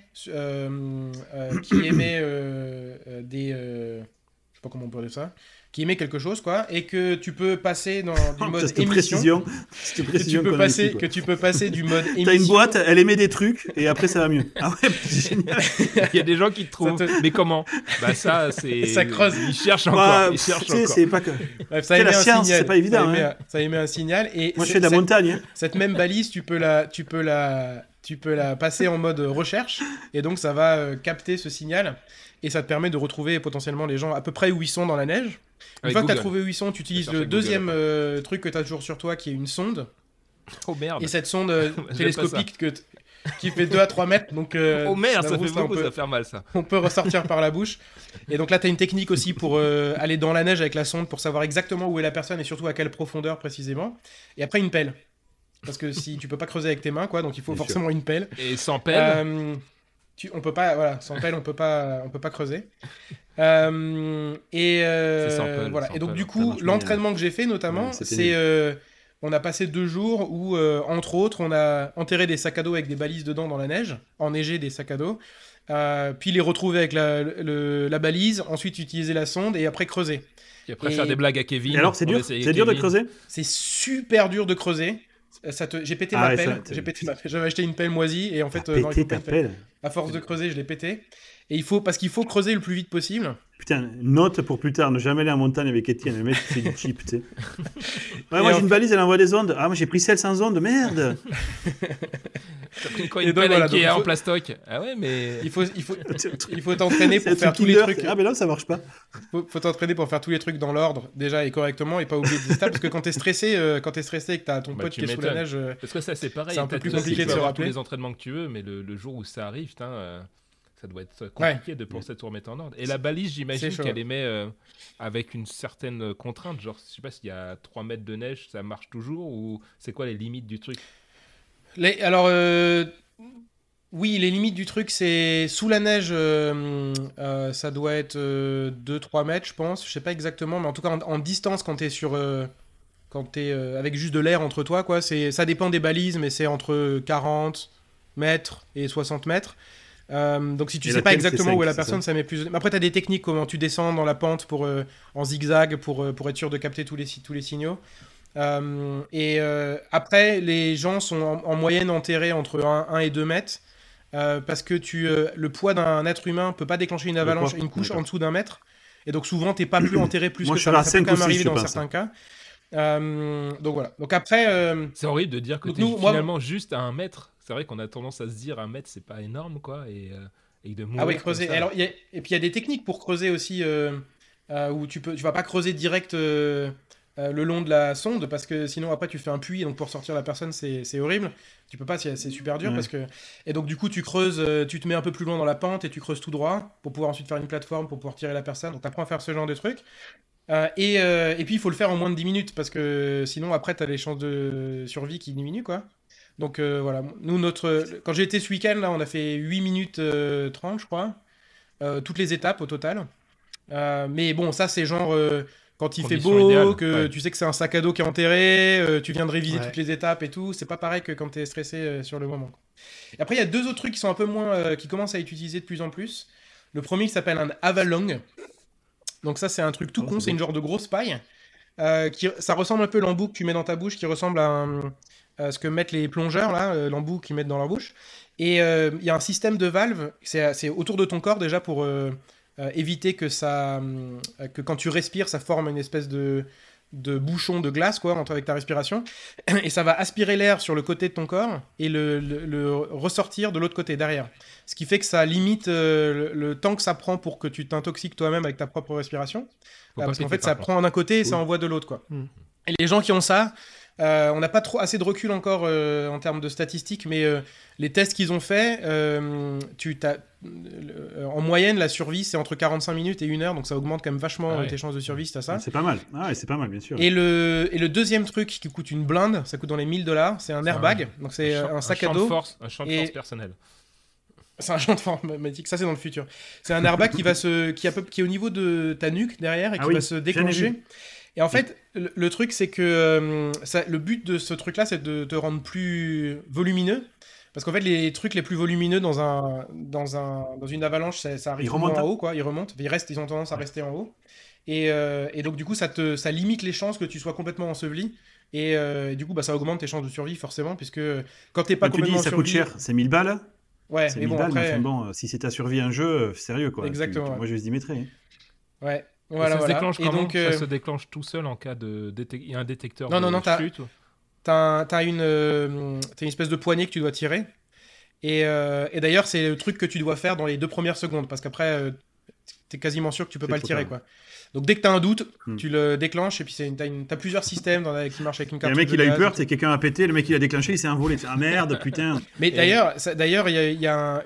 des... je sais pas comment on peut dire ça, qui émet quelque chose, quoi, et que tu peux passer du mode émission. Que tu peux passer du mode émission. T'as une boîte, elle émet des trucs, et après ça va mieux. Ah ouais, c'est génial. Il y a des gens qui te trouvent. Mais comment ? Bah ça, c'est... Ça creuse. Ils cherchent encore. Ils cherchent encore. C'est pas que... Bref, ça émet la un science, signal. c'est pas évident. Ça émet un signal. Et moi, je fais de la montagne. Hein. Cette même balise, tu peux la passer en mode recherche, et donc ça va capter ce signal, et ça te permet de retrouver potentiellement les gens à peu près où ils sont dans la neige. Une fois que tu as trouvé où ils sont, tu utilises le deuxième truc que tu as toujours sur toi, qui est une sonde. Oh merde. Et cette sonde télescopique qui fait 2 à 3 mètres. Donc, oh merde, ça fait beaucoup, ça va faire mal ça. On peut ressortir par la bouche. Et donc là, tu as une technique aussi pour aller dans la neige avec la sonde, pour savoir exactement où est la personne et surtout à quelle profondeur précisément. Et après, une pelle. Parce que si tu peux pas creuser avec tes mains, quoi, donc il faut forcément une pelle. Et sans pelle on peut pas, voilà, sans pelle, on peut pas creuser. Voilà. Et donc du coup, l'entraînement que j'ai fait notamment, c'est on a passé 2 jours où, entre autres, on a enterré des sacs à dos avec des balises dedans dans la neige, enneigé des sacs à dos, puis les retrouver avec la balise, ensuite utiliser la sonde et après creuser. Et après faire des blagues à Kevin. Et alors, c'est dur de creuser ? C'est super dur de creuser. J'ai pété ma pelle. J'avais acheté une pelle moisie et en fait, à force de creuser, je l'ai pété. Et parce qu'il faut creuser le plus vite possible. Putain, note pour plus tard, ne jamais aller en montagne avec Étienne, le mec qui fait du cheap, tu sais. Ouais, moi j'ai une balise, elle envoie des ondes. Ah, moi j'ai pris celle sans ondes, merde. T'as pris quoi, une pelle Ikea en plastoc ? Ah ouais, mais... Il faut t'entraîner pour faire tous les trucs. Ah, mais là, ça marche pas. Faut t'entraîner pour faire tous les trucs dans l'ordre, déjà, et correctement, et pas oublier de stable, parce que quand t'es stressé et que t'as ton pote qui est sous la neige... Parce que ça, c'est pareil. C'est un peu plus compliqué de se rappeler. Tous les entraînements que tu veux, mais le jour où ça arrive, ça doit être compliqué de penser à tout remettre en ordre. Et la balise, j'imagine qu'elle émet avec une certaine contrainte. Genre, je sais pas s'il y a 3 mètres de neige, ça marche toujours, ou c'est quoi les limites du truc ? Oui, les limites du truc, c'est sous la neige, ça doit être 2-3 mètres, je pense. Je sais pas exactement, mais en tout cas, en distance, quand t'es avec juste de l'air entre toi, quoi, ça dépend des balises, mais c'est entre 40 mètres et 60 mètres. Donc si tu sais pas exactement où est la personne, ça met plus. Après t'as des techniques, comment tu descends dans la pente en zigzag pour être sûr de capter tous les signaux. Après les gens sont en moyenne enterrés entre 1 et 2 mètres parce que le poids d'un être humain peut pas déclencher une avalanche, une couche en dessous d'1 mètre, et donc souvent t'es pas plus enterré plus que ça. Ça peut quand même arriver dans certains cas. Donc voilà. Donc après, c'est horrible de dire que t'es finalement juste à 1 mètre. C'est vrai qu'on a tendance à se dire 1 mètre, c'est pas énorme, quoi, et de mourir. Ah oui, creuser. Alors, et puis il y a des techniques pour creuser aussi, où tu vas pas creuser direct le long de la sonde, parce que sinon après tu fais un puits, donc pour sortir la personne c'est horrible. Tu peux pas, c'est super dur, parce que... Et donc du coup tu creuses, tu te mets un peu plus loin dans la pente et tu creuses tout droit pour pouvoir ensuite faire une plateforme pour pouvoir tirer la personne. Donc t'apprends à faire ce genre de trucs. Et puis il faut le faire en moins de 10 minutes, parce que sinon après t'as les chances de survie qui diminuent, quoi. Donc voilà, nous, quand j'ai été ce week-end, là, on a fait 8 minutes 30, je crois, toutes les étapes au total. Mais bon, ça, c'est genre, quand il fait beau, idéale, tu sais que c'est un sac à dos qui est enterré, tu viens de réviser toutes les étapes et tout, c'est pas pareil que quand t'es stressé sur le moment. Et après, il y a 2 autres trucs qui sont un peu moins, qui commencent à être utilisés de plus en plus. Le premier, qui s'appelle un avalong. Donc ça, c'est un truc tout con, c'est une genre de grosse paille. Ça ressemble un peu à l'embout que tu mets dans ta bouche, qui ressemble à ce que mettent les plongeurs, là, l'embout qu'ils mettent dans leur bouche. Et il y a un système de valves, c'est autour de ton corps déjà pour éviter que quand tu respires, ça forme une espèce de bouchon de glace, quoi, avec ta respiration. Et ça va aspirer l'air sur le côté de ton corps et le ressortir de l'autre côté, derrière. Ce qui fait que ça limite le temps que ça prend pour que tu t'intoxiques toi-même avec ta propre respiration. Parce qu'en fait, ça prend d'un côté et ça envoie de l'autre, quoi. Et les gens qui ont ça, on n'a pas assez de recul encore en termes de statistiques, mais les tests qu'ils ont faits, en moyenne, la survie, c'est entre 45 minutes et 1 heure, donc ça augmente quand même vachement tes chances de survie si t'as ça. C'est pas mal, c'est pas mal, bien sûr. Et le deuxième truc qui coûte une blinde, ça coûte dans les $1000, c'est un airbag, donc c'est un sac à dos. Un champ de force personnel. C'est un champ de force magnétique, ça c'est dans le futur. C'est un airbag qui est au niveau de ta nuque derrière et qui va se déclencher. Et en fait, le truc, c'est que le but de ce truc-là, c'est de te rendre plus volumineux. Parce qu'en fait, les trucs les plus volumineux dans une avalanche, ça arrive en haut, quoi. Ils remontent. Ils ont tendance à rester en haut. Et donc, du coup, ça limite les chances que tu sois complètement enseveli. Et du coup, ça augmente tes chances de survie, forcément, puisque quand t'es pas complètement enseveli... ça coûte cher, c'est 1000 balles. Ouais, c'est mais bon, après... enfin, bon, si c'est ta survie un jeu, sérieux, quoi. Exactement. Moi, je vais y mettre. Ouais. Voilà, ça se déclenche comment ? Donc, ça se déclenche tout seul en cas de... Il y a un détecteur de chute t'as une espèce de poignée que tu dois tirer. Et d'ailleurs, c'est le truc que tu dois faire dans les 2 premières secondes. Parce qu'après, t'es quasiment sûr que tu peux pas le tirer, quoi. Donc dès que t'as un doute, tu le déclenches. Et puis t'as plusieurs systèmes qui marchent avec une carte. Il y a un mec, il a eu peur, c'est quelqu'un a pété. Le mec, il a déclenché, il s'est envolé. Ah merde, putain. Mais d'ailleurs, il y a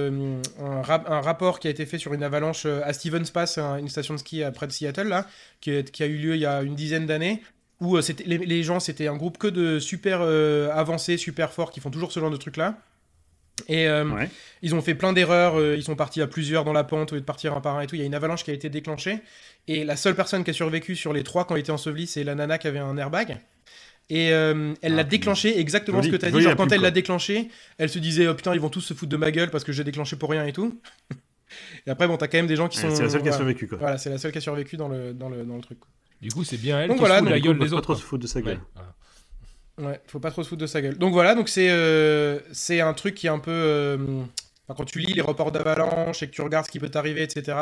un rapport qui a été fait sur une avalanche à Stevens Pass, une station de ski près de Seattle, là, qui a eu lieu il y a une dizaine d'années. Où les gens, c'était un groupe que de super avancés, super forts, qui font toujours ce genre de trucs-là. Et ils ont fait plein d'erreurs, ils sont partis à plusieurs dans la pente au lieu de partir un par un et tout. Il y a une avalanche qui a été déclenchée. Et la seule personne qui a survécu sur les 3 qui ont été ensevelis, c'est la nana qui avait un airbag. Et elle l'a déclenché exactement ce que tu as dit. Genre, quand elle l'a déclenché, elle se disait oh putain, ils vont tous se foutre de ma gueule parce que j'ai déclenché pour rien et tout. Et après, bon, t'as quand même des gens qui sont. C'est la seule qui a survécu, quoi. Voilà, c'est la seule qui a survécu dans le truc, quoi. Du coup, c'est bien elle donc qui se fout de la gueule des autres. Faut pas trop se foutre de sa gueule. Ouais, faut pas trop se foutre de sa gueule. Donc voilà, donc c'est un truc qui est un peu... quand tu lis les reports d'avalanche et que tu regardes ce qui peut t'arriver, etc.,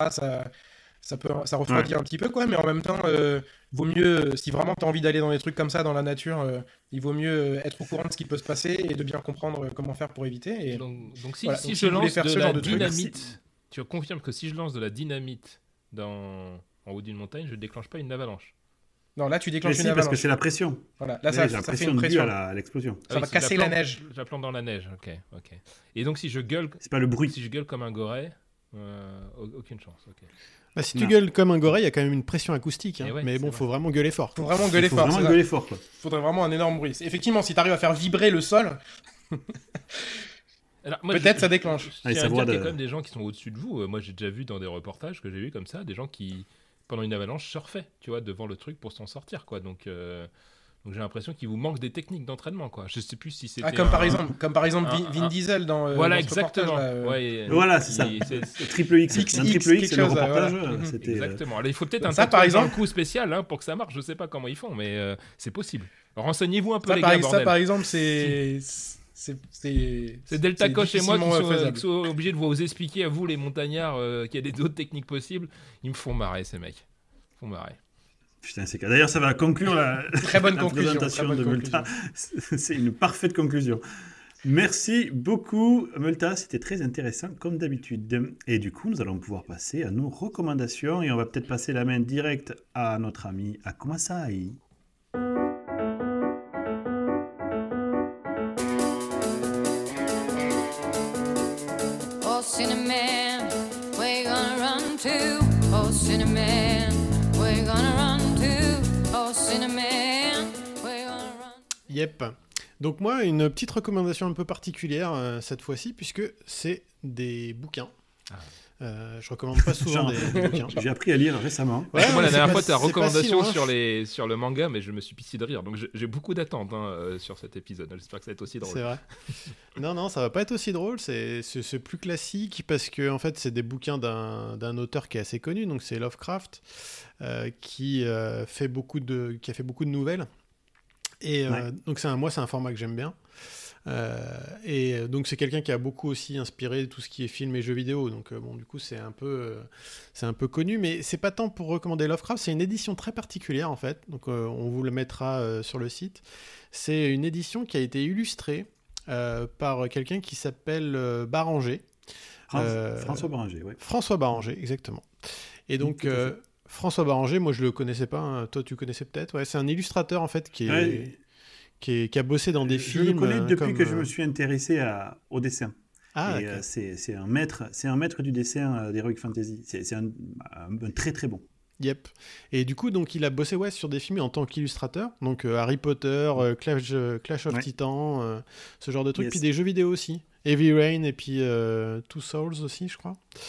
ça refroidit un petit peu, quoi. Mais en même temps, vaut mieux, si vraiment t'as envie d'aller dans des trucs comme ça, dans la nature, il vaut mieux être au courant de ce qui peut se passer et de bien comprendre comment faire pour éviter. Et... Donc si je lance de la dynamite, tu confirmes que si je lance de la dynamite en haut d'une montagne, je ne déclenche pas une avalanche. Non, là tu déclenches une avalanche. Parce que c'est la pression. Voilà, là ça fait une pression à l'explosion. Ça va casser la neige. Je la plante dans la neige, ok. Et donc si je gueule, c'est pas le bruit. Si je gueule comme un goret, aucune chance. Ok. Bah, si tu gueules comme un goret, il y a quand même une pression acoustique. Hein. Mais bon, faut vraiment gueuler fort. Faut vraiment gueuler fort. Quoi. Faudrait vraiment un énorme bruit. Effectivement, si t'arrives à faire vibrer le sol. Alors, moi, peut-être ça déclenche. Il y a quand même des gens qui sont au-dessus de vous. Moi, j'ai déjà vu dans des reportages que j'ai vu comme ça, des gens qui, pendant une avalanche, surfaient, tu vois, devant le truc pour s'en sortir, quoi. Donc j'ai l'impression qu'il vous manque des techniques d'entraînement, quoi. Je sais plus si c'était comme par exemple Vin Diesel dans voilà, dans exactement. Voilà, c'est ça. Triple X, c'est le reportage. Exactement. Alors, il faut peut-être un coup spécial pour que ça marche. Je sais pas comment ils font, mais c'est possible. Alors, renseignez-vous un peu, les gars. Ça, par exemple, c'est Delta Koch et moi qui sont obligés de vous expliquer à vous, les montagnards, qu'il y a d'autres techniques possibles. Ils me font marrer, ces mecs. Ils me font marrer. Putain, c'est d'ailleurs, ça va conclure la présentation de Multa. C'est une parfaite conclusion. Merci beaucoup, Multa. C'était très intéressant, comme d'habitude. Et du coup, nous allons pouvoir passer à nos recommandations. Et on va peut-être passer la main directe à notre ami Akumasai. Oh, Cinnamon, where you gonna run to? Oh, Cinnamon, where you gonna run to? Oh, Cinnamon, where you gonna run? Yep. Donc moi, une petite recommandation un peu particulière cette fois-ci, puisque c'est des bouquins. Je recommande pas souvent des bouquins. J'ai appris à lire récemment. Ouais, moi, la dernière fois, ta recommandation sur le manga, mais je me suis pissé de rire. Donc j'ai beaucoup d'attentes sur cet épisode. J'espère que ça va être aussi drôle. C'est vrai. Non, ça va pas être aussi drôle. C'est plus classique parce que en fait, c'est des bouquins d'un auteur qui est assez connu. Donc c'est Lovecraft qui a fait beaucoup de nouvelles. Et donc c'est un format que j'aime bien. Et donc c'est quelqu'un qui a beaucoup aussi inspiré tout ce qui est film et jeux vidéo, donc du coup c'est un peu connu, mais c'est pas tant pour recommander Lovecraft, c'est une édition très particulière en fait, donc on vous le mettra sur le site. C'est une édition qui a été illustrée par quelqu'un qui s'appelle Baranger. François Baranger, ouais. François Baranger, exactement. Et donc François Baranger, moi je le connaissais pas, hein. Toi tu connaissais peut-être, ouais, c'est un illustrateur en fait qui a bossé dans des films. Je le connais depuis que je me suis intéressé au dessin. Okay. C'est un maître du dessin d'Heroic Fantasy. C'est un très très bon. Yep. Et du coup, donc, il a bossé sur des films en tant qu'illustrateur. Donc Harry Potter, Clash of Titans, ce genre de trucs. Yes. Puis des jeux vidéo aussi. Heavy Rain et puis Two Souls aussi, je crois.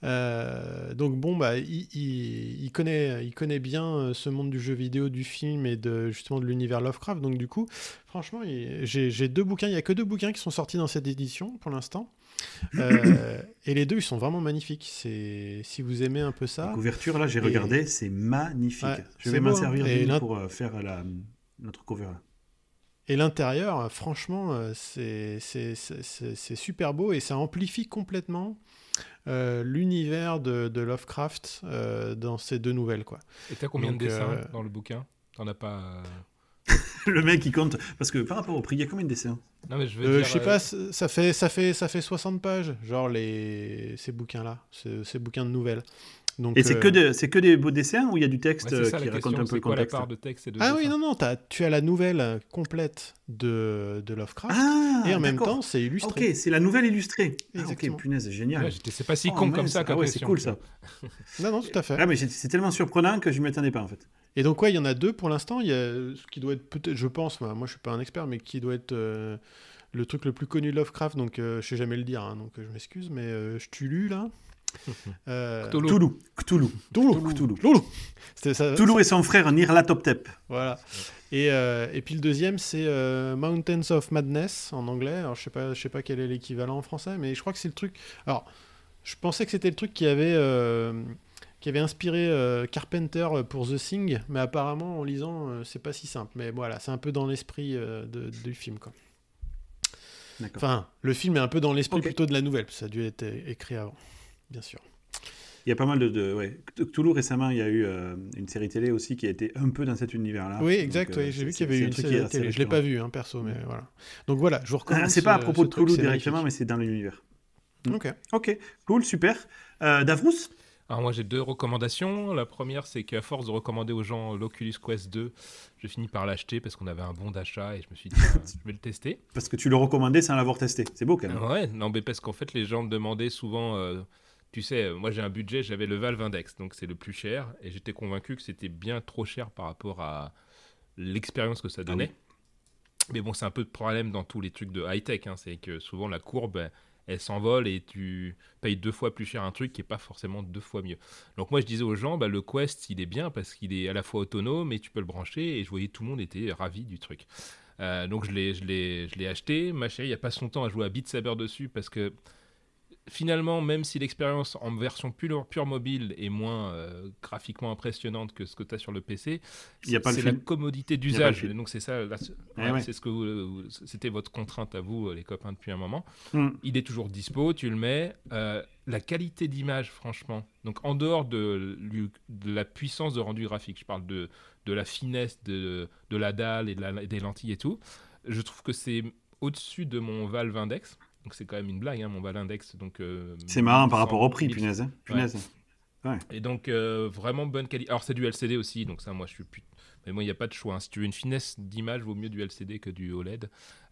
Donc bon, bah, il connaît bien ce monde du jeu vidéo, du film et justement de l'univers Lovecraft. Donc du coup, franchement, j'ai 2 bouquins. Il n'y a que 2 bouquins qui sont sortis dans cette édition pour l'instant. Et les 2, ils sont vraiment magnifiques. Si vous aimez un peu ça... La couverture, là, j'ai regardé, c'est magnifique. Ouais, je vais m'en servir hein. pour faire notre cover. Là. Et l'intérieur, franchement, c'est super beau et ça amplifie complètement l'univers de Lovecraft dans ces 2 nouvelles, quoi. Et t'as combien de dessins dans le bouquin ? T'en as pas... Le mec, il compte. Parce que par rapport au prix, il y a combien de dessins ? Non, mais je veux dire... Je sais pas, ça fait 60 pages, genre ces bouquins-là, ces bouquins de nouvelles. Donc, et c'est que des beaux dessins ou il y a du texte qui raconte un peu le contexte ? La part de texte et de ah dessin. oui, non, tu as la nouvelle complète de Lovecraft et en même temps, c'est illustré. Ok, c'est la nouvelle illustrée. Exactement. Ok, punaise, génial. Ouais, c'est pas si con comme ça. Ah ouais, c'est cool ça. Non, tout à fait. Ah, mais c'est tellement surprenant que je ne m'y attendais pas en fait. Et donc, il y en a 2 pour l'instant. Il y a ce qui doit être peut-être, je pense, moi je suis pas un expert, mais qui doit être le truc le plus connu de Lovecraft, donc je sais jamais le dire, hein, donc je m'excuse, mais Cthulhu là. Cthulhu. Cthulhu et son frère Nyarlathotep. Voilà. Et puis le deuxième, c'est Mountains of Madness en anglais. Alors je sais pas quel est l'équivalent en français, mais je crois que c'est le truc. Alors, je pensais que c'était le truc qui avait inspiré Carpenter pour The Thing, mais apparemment en lisant, c'est pas si simple. Mais voilà, c'est un peu dans l'esprit du film, quoi. D'accord. Enfin, le film est un peu dans l'esprit plutôt de la nouvelle, parce que ça a dû être écrit avant. Bien sûr. Il y a pas mal de Cthulhu récemment, il y a eu une série télé aussi qui a été un peu dans cet univers-là. Oui, exact. Donc, j'ai vu qu'il y avait eu une série télé. Je l'ai pas vu, perso, mais voilà. Donc voilà, je vous recommande. C'est pas à propos de Cthulhu directement, mais c'est dans l'univers. Ok, cool, super. Davrous ? Alors moi j'ai 2 recommandations. La première, c'est qu'à force de recommander aux gens l'Oculus Quest 2, je finis par l'acheter parce qu'on avait un bon d'achat et je me suis dit je vais le tester. Parce que tu le recommandais sans l'avoir testé. C'est beau quand même. Ouais, non mais parce qu'en fait les gens me demandaient souvent, tu sais, moi j'ai un budget, j'avais le Valve Index, donc c'est le plus cher et j'étais convaincu que c'était bien trop cher par rapport à l'expérience que ça donnait. Mais bon, c'est un peu le problème dans tous les trucs de high-tech, hein, c'est que souvent la courbe... elle s'envole et tu payes 2 fois plus cher un truc qui n'est pas forcément 2 fois mieux. Donc moi je disais aux gens, le Quest il est bien parce qu'il est à la fois autonome et tu peux le brancher, et je voyais tout le monde était ravi du truc. Donc je l'ai acheté. Ma chérie il n'y a pas son temps à jouer à Beat Saber dessus parce que finalement, même si l'expérience en version pure mobile est moins graphiquement impressionnante que ce que tu as sur le PC, c'est la commodité d'usage. Donc c'est ça, c'est c'était votre contrainte à vous, les copains, depuis un moment. Il est toujours dispo, tu le mets. La qualité d'image, franchement, donc en dehors de la puissance de rendu graphique, je parle de la finesse de la dalle et des lentilles et tout, je trouve que c'est au-dessus de mon Valve Index. Donc c'est quand même une blague, hein, mon Valve Index. Donc, c'est marrant par rapport au prix, punaise. Hein. Ouais. Et donc vraiment bonne qualité. Alors c'est du LCD aussi, donc ça moi je suis plus... Mais moi il n'y a pas de choix. Hein. Si tu veux une finesse d'image, vaut mieux du LCD que du OLED.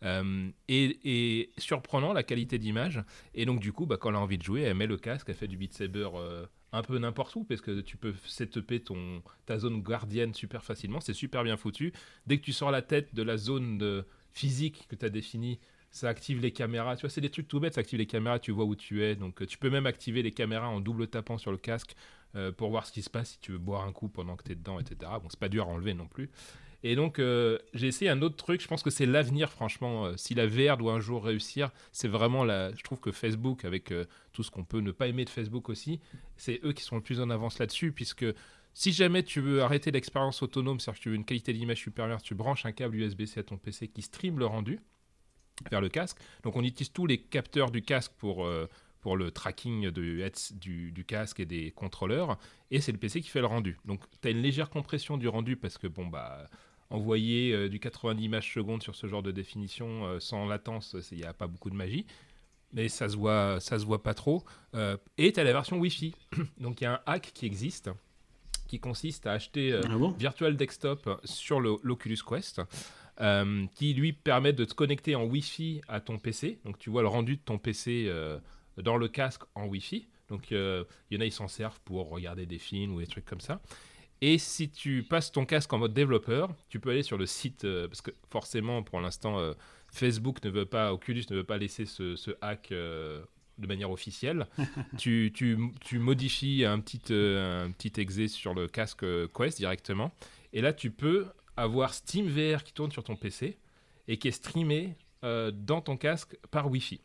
Et surprenant la qualité d'image. Et donc du coup, quand elle a envie de jouer, elle met le casque, elle fait du Beat Saber un peu n'importe où, parce que tu peux setuper ta zone gardienne super facilement. C'est super bien foutu. Dès que tu sors la tête de la zone physique que tu as définie, ça active les caméras, tu vois, c'est des trucs tout bêtes, ça active les caméras, tu vois où tu es, donc tu peux même activer les caméras en double tapant sur le casque pour voir ce qui se passe si tu veux boire un coup pendant que tu es dedans, etc. Bon, c'est pas dur à enlever non plus. Et donc, j'ai essayé un autre truc, je pense que c'est l'avenir, franchement. Si la VR doit un jour réussir, c'est vraiment je trouve que Facebook, avec tout ce qu'on peut ne pas aimer de Facebook aussi, c'est eux qui sont le plus en avance là-dessus, puisque si jamais tu veux arrêter l'expérience autonome, c'est-à-dire que tu veux une qualité d'image supérieure, tu branches un câble USB-C à ton PC qui stream le rendu vers le casque. Donc on utilise tous les capteurs du casque pour le tracking du casque et des contrôleurs, et c'est le PC qui fait le rendu. Donc tu as une légère compression du rendu parce que envoyer du 90 images secondes sur ce genre de définition sans latence, il n'y a pas beaucoup de magie, mais ça se voit pas trop. Et tu as la version Wi-Fi. Donc il y a un hack qui existe qui consiste à acheter Virtual Desktop sur l'Oculus Quest, qui lui permet de te connecter en Wi-Fi à ton PC. Donc tu vois le rendu de ton PC dans le casque en Wi-Fi. Donc il y en a, ils s'en servent pour regarder des films ou des trucs comme ça. Et si tu passes ton casque en mode développeur, tu peux aller sur le site, parce que forcément pour l'instant Oculus ne veut pas laisser ce hack de manière officielle. tu modifies un petit exe sur le casque Quest directement. Et là, tu peux avoir SteamVR qui tourne sur ton PC et qui est streamé dans ton casque par Wi-Fi.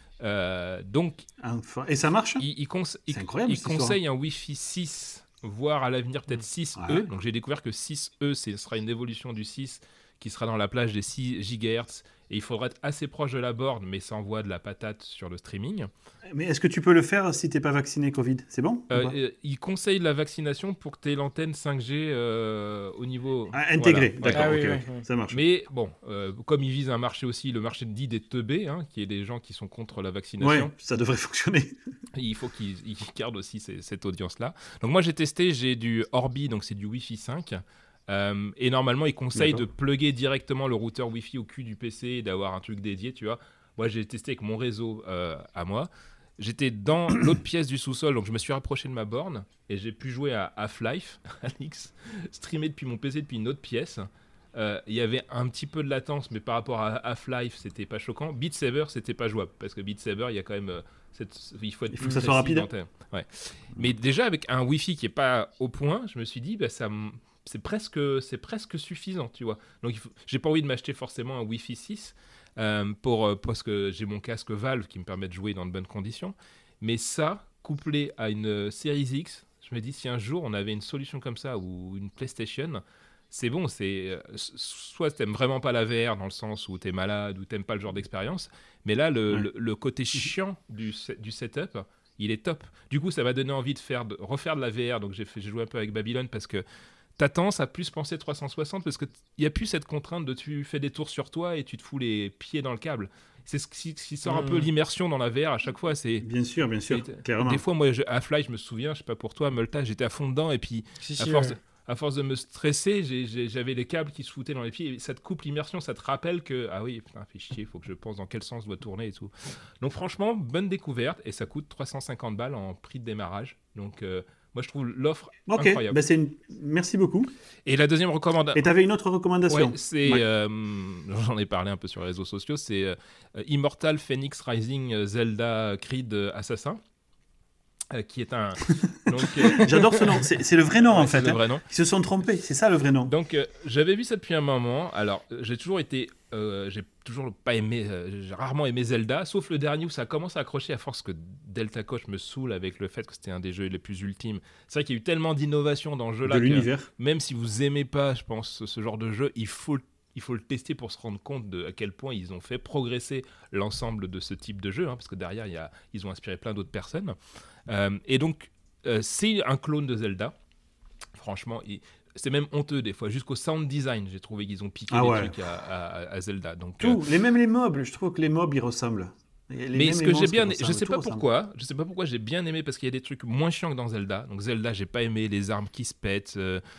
Donc, enfin. Et ça marche c'est incroyable, il conseille un Wi-Fi 6, voire à l'avenir peut-être 6E. Donc j'ai découvert que 6E, ce sera une évolution du 6 qui sera dans la plage des 6 GHz. Et il faudra être assez proche de la borne, mais ça envoie de la patate sur le streaming. Mais est-ce que tu peux le faire si tu n'es pas vacciné Covid ? C'est bon Il conseille la vaccination pour que tu aies l'antenne 5G au niveau... intégré, voilà. D'accord, ok. Ça marche. Mais bon, comme il vise un marché aussi, le marché dit des teubés, qui est des gens qui sont contre la vaccination. Ouais, ça devrait fonctionner. Il faut qu'ils gardent aussi cette audience-là. Donc moi j'ai testé, j'ai du Orbi, donc c'est du Wi-Fi 5. Et normalement, ils conseillent de plugger directement le routeur Wi-Fi au cul du PC et d'avoir un truc dédié, tu vois. Moi, j'ai testé avec mon réseau à moi. J'étais dans l'autre pièce du sous-sol, donc je me suis rapproché de ma borne et j'ai pu jouer à Half-Life, Alix, streamer depuis mon PC depuis une autre pièce. Il y avait un petit peu de latence, mais par rapport à Half-Life, c'était pas choquant. Beat Saber, c'était pas jouable parce que Beat Saber, il y a quand même il faut que ça soit rapide. Ouais. Mais déjà avec un Wi-Fi qui est pas au point, je me suis dit, c'est presque suffisant, tu vois. Donc j'ai pas envie de m'acheter forcément un Wi-Fi 6 parce que j'ai mon casque Valve qui me permet de jouer dans de bonnes conditions. Mais ça, couplé à une Series X, je me dis si un jour on avait une solution comme ça ou une PlayStation, c'est bon. Soit t'aimes vraiment pas la VR dans le sens où t'es malade ou t'aimes pas le genre d'expérience, mais là le côté chiant du setup, il est top. Du coup, ça m'a donné envie de refaire de la VR. Donc j'ai joué un peu avec Babylon parce que t'as tendance à plus penser 360 parce qu'il n'y a plus cette contrainte de tu fais des tours sur toi et tu te fous les pieds dans le câble. C'est ce qui sort un peu l'immersion dans la VR à chaque fois. Bien sûr, clairement. Des fois, moi, Half-Life, je me souviens, je sais pas pour toi, Multa, j'étais à fond dedans et puis à force de me stresser, j'avais les câbles qui se foutaient dans les pieds. Et ça te coupe l'immersion, ça te rappelle que ah oui, putain, fait chier, il faut que je pense dans quel sens je dois tourner et tout. Donc franchement, bonne découverte et ça coûte 350 balles en prix de démarrage. Donc moi, je trouve l'offre incroyable. Merci beaucoup. Et la deuxième recommandation... Et tu avais une autre recommandation ? J'en ai parlé un peu sur les réseaux sociaux, c'est Immortal Phoenix Rising Zelda Creed Assassin. Qui est un... J'adore ce nom, c'est le vrai nom en fait. C'est le vrai nom. Ils se sont trompés, c'est ça le vrai nom. Donc j'avais vu ça depuis un moment. Alors j'ai toujours pas aimé, j'ai rarement aimé Zelda, sauf le dernier où ça commence à accrocher à force que Delta Koch me saoule avec le fait que c'était un des jeux les plus ultimes. C'est vrai qu'il y a eu tellement d'innovation dans ce jeu-là. De l'univers. Même si vous aimez pas, je pense, ce genre de jeu, il faut le tester pour se rendre compte à quel point ils ont fait progresser l'ensemble de ce type de jeu, parce que derrière, ils ont inspiré plein d'autres personnes. Et donc, c'est un clone de Zelda. Franchement, c'est même honteux des fois. Jusqu'au sound design, j'ai trouvé qu'ils ont piqué des trucs à Zelda. Donc, même les mobs, je trouve que les mobs, ils ressemblent. Mais ce que j'ai bien, je sais pas pourquoi j'ai bien aimé parce qu'il y a des trucs moins chiants que dans Zelda. Donc Zelda, j'ai pas aimé les armes qui se pètent.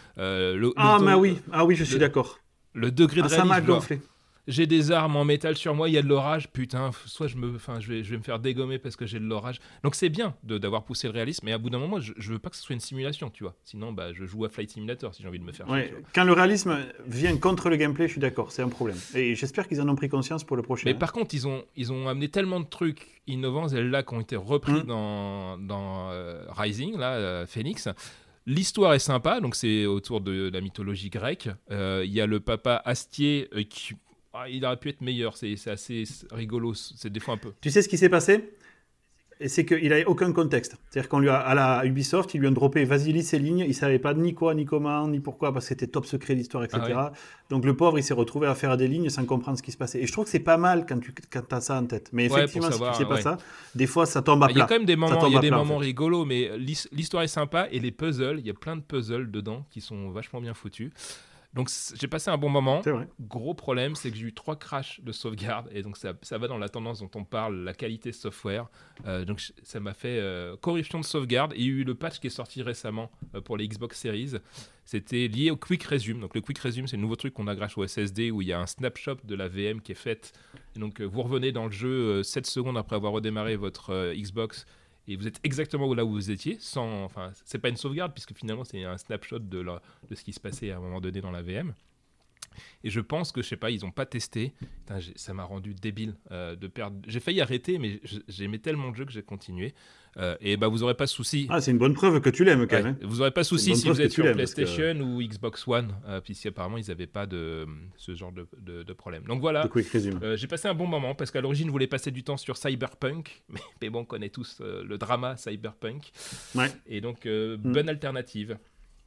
Oui, je suis d'accord. Le degré de ça m'a réalisme. gonflé. J'ai des armes en métal sur moi, il y a de l'orage, putain, soit je vais me faire dégommer parce que j'ai de l'orage. Donc c'est bien d'avoir poussé le réalisme, mais à bout d'un moment, je veux pas que ce soit une simulation, tu vois. Sinon, je joue à Flight Simulator si j'ai envie de me faire chier. Quand le réalisme vient contre le gameplay, je suis d'accord, c'est un problème. Et j'espère qu'ils en ont pris conscience pour le prochain. Mais par contre, ils ont amené tellement de trucs innovants, Zelda, qui ont été repris dans Rising, Phoenix. L'histoire est sympa, donc c'est autour de la mythologie grecque. Il y a le papa Astier qui... il aurait pu être meilleur, c'est assez rigolo, c'est des fois un peu. Tu sais ce qui s'est passé ? C'est qu'il n'avait aucun contexte. C'est-à-dire qu'on lui a, à la Ubisoft, ils lui ont droppé vas-y, lis ces lignes, il ne savait pas ni quoi, ni comment, ni pourquoi, parce que c'était top secret l'histoire, etc. Ah ouais. Donc le pauvre, il s'est retrouvé à faire des lignes sans comprendre ce qui se passait. Et je trouve que c'est pas mal quand tu as ça en tête. Mais effectivement, si tu ne sais pas ça, des fois, ça tombe à plat. Il y a quand même des moments, rigolos, mais l'histoire est sympa, et les puzzles, il y a plein de puzzles dedans qui sont vachement bien foutus. Donc j'ai passé un bon moment. Gros problème, c'est que j'ai eu 3 crashs de sauvegarde et donc ça va dans la tendance dont on parle, la qualité software. Donc ça m'a fait corruption de sauvegarde. Et il y a eu le patch qui est sorti récemment pour les Xbox Series. C'était lié au Quick Resume. Donc le Quick Resume, c'est le nouveau truc qu'on a grâce au SSD où il y a un snapshot de la VM qui est faite. Et donc vous revenez dans le jeu 7 secondes après avoir redémarré votre Xbox. Et vous êtes exactement là où vous étiez, c'est pas une sauvegarde puisque finalement c'est un snapshot de ce qui se passait à un moment donné dans la VM. Et je pense que, je sais pas, ils ont pas testé. Putain, ça m'a rendu débile de perdre. J'ai failli arrêter, mais j'aimais tellement le jeu que j'ai continué. Et bah, vous aurez pas de souci. Ah, c'est une bonne preuve que tu l'aimes quand même. Vous aurez pas de souci si vous êtes sur PlayStation ou Xbox One, puisqu'apparemment ils avaient pas de ce genre de problème. Donc voilà. J'ai passé un bon moment parce qu'à l'origine je voulais passer du temps sur Cyberpunk, mais bon, on connaît tous le drama Cyberpunk. Ouais. Et donc bonne alternative.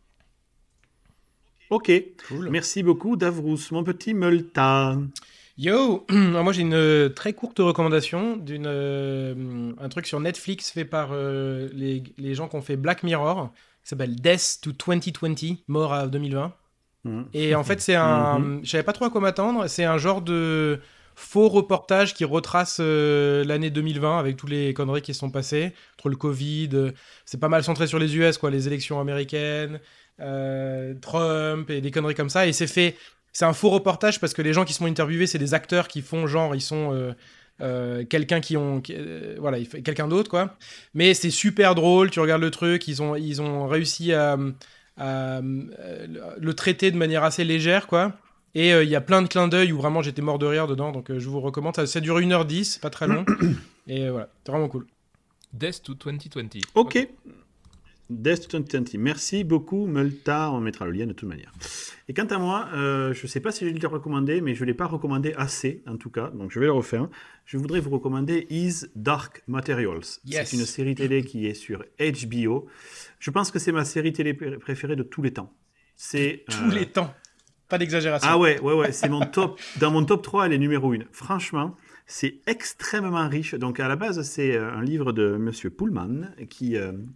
Ok, cool. Merci beaucoup Davrous, mon petit Multa. Yo, moi j'ai une très courte recommandation un truc sur Netflix fait par les gens qui ont fait Black Mirror, qui s'appelle Death to 2020, mort à 2020. Et en fait c'est je savais pas trop à quoi m'attendre, c'est un genre de faux reportage qui retrace l'année 2020 avec tous les conneries qui se sont passées, entre le Covid, c'est pas mal centré sur les US, quoi, les élections américaines, Trump et des conneries comme ça, et c'est un faux reportage parce que les gens qui se font interviewer, c'est des acteurs qui font genre, ils sont quelqu'un quelqu'un d'autre, quoi. Mais c'est super drôle, tu regardes le truc, ils ont réussi à le traiter de manière assez légère, quoi. Et il y a plein de clins d'œil où vraiment j'étais mort de rire dedans, donc je vous recommande. Ça dure 1h10, c'est pas très long. Et voilà, c'est vraiment cool. Death to 2020. Ok. Death to 2020. Merci beaucoup, Multa. On mettra le lien de toute manière. Et quant à moi, je ne sais pas si je vais le recommander, mais je ne l'ai pas recommandé assez, en tout cas. Donc je vais le refaire. Je voudrais vous recommander Is Dark Materials. Yes. C'est une série télé qui est sur HBO. Je pense que c'est ma série télé préférée de tous les temps. Tous les temps. Pas d'exagération. Ah ouais. C'est mon top. Dans mon top 3, elle est numéro 1. Franchement, c'est extrêmement riche. Donc à la base, c'est un livre de Monsieur Pullman qui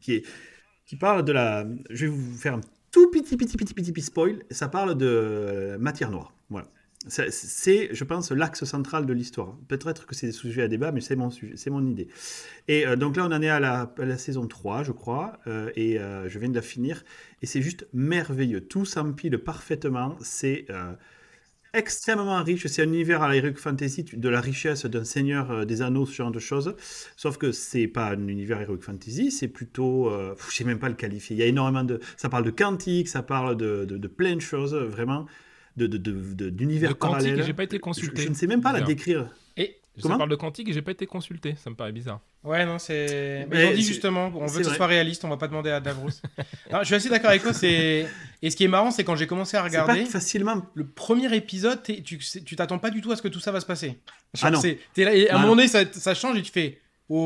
parle de la... Je vais vous faire un tout petit spoil. Ça parle de matière noire. Voilà. C'est, je pense, l'axe central de l'histoire. Peut-être que c'est des sujets à débat, mais c'est mon idée. Et donc là, on en est à la saison 3, je crois, et je viens de la finir. Et c'est juste merveilleux. Tout s'empile parfaitement. C'est extrêmement riche. C'est un univers à la Heroic Fantasy, de la richesse d'un seigneur des anneaux, ce genre de choses. Sauf que c'est pas un univers Heroic Fantasy, c'est plutôt... je sais même pas le qualifier. Il y a énormément de... Ça parle de quantique, ça parle de plein de choses, vraiment... d'univers parallèles. Et j'ai pas été consulté. Je ne sais même pas la décrire. Ça parle de quantique et j'ai pas été consulté, ça me paraît bizarre. Ouais, non, c'est... Mais ils ont dit justement, on veut que ce soit réaliste, on va pas demander à Davrous. Non, je suis assez d'accord avec toi, Et ce qui est marrant, c'est quand j'ai commencé à regarder... C'est pas facilement... Le premier épisode, tu t'attends pas du tout à ce que tout ça va se passer. Genre, non. T'es là, et à un moment donné, ça change et tu fais...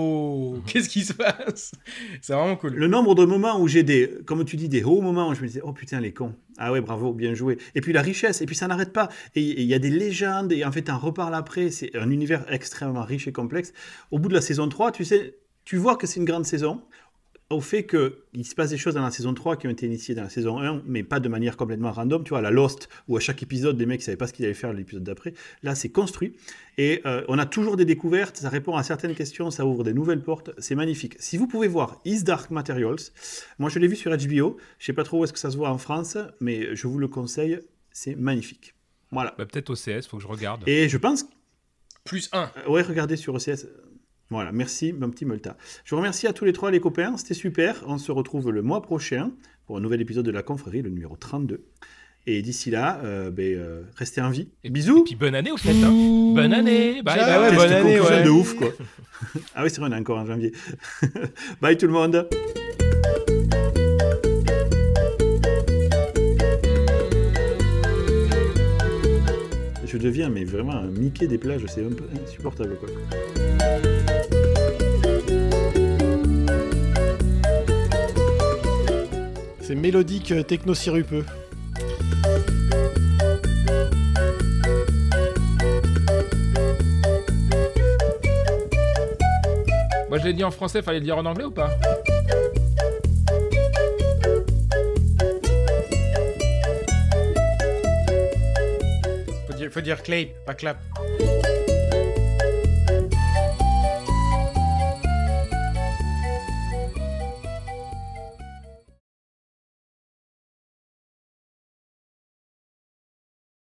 Oh, qu'est-ce qui se passe? C'est vraiment cool. Le nombre de moments où j'ai comme tu dis, des hauts moments où je me disais, oh putain, les cons. Ah ouais, bravo, bien joué. Et puis la richesse, et puis ça n'arrête pas. Et il y a des légendes, et en fait, t'en reparles après. C'est un univers extrêmement riche et complexe. Au bout de la saison 3, tu vois que c'est une grande saison. Au fait qu'il se passe des choses dans la saison 3 qui ont été initiées dans la saison 1, mais pas de manière complètement random, tu vois, la Lost, où à chaque épisode, les mecs ne savaient pas ce qu'ils allaient faire l'épisode d'après. Là, c'est construit. Et on a toujours des découvertes, ça répond à certaines questions, ça ouvre des nouvelles portes, c'est magnifique. Si vous pouvez voir Is Dark Materials, moi je l'ai vu sur HBO, je ne sais pas trop où est-ce que ça se voit en France, mais je vous le conseille, c'est magnifique. Voilà. Bah, peut-être OCS, il faut que je regarde. Et je pense... +1. Ouais, regardez sur OCS... Voilà, merci mon petit Multa. Je vous remercie à tous les trois les copains, c'était super. On se retrouve le mois prochain pour un nouvel épisode de La Confrérie, le numéro 32. Et d'ici là, restez en vie. Bisous. Et puis bonne année au fait. Hein. Bonne année. Bye. Ouais, bonne année. Ouais. De ouf quoi. Ah oui, c'est vrai, on est encore en janvier. Bye tout le monde. Je deviens mais vraiment un Mickey des plages, c'est un peu insupportable quoi. C'est mélodique techno-sirupeux. Moi je l'ai dit en français, fallait le dire en anglais ou pas? Faut dire clap, pas clap.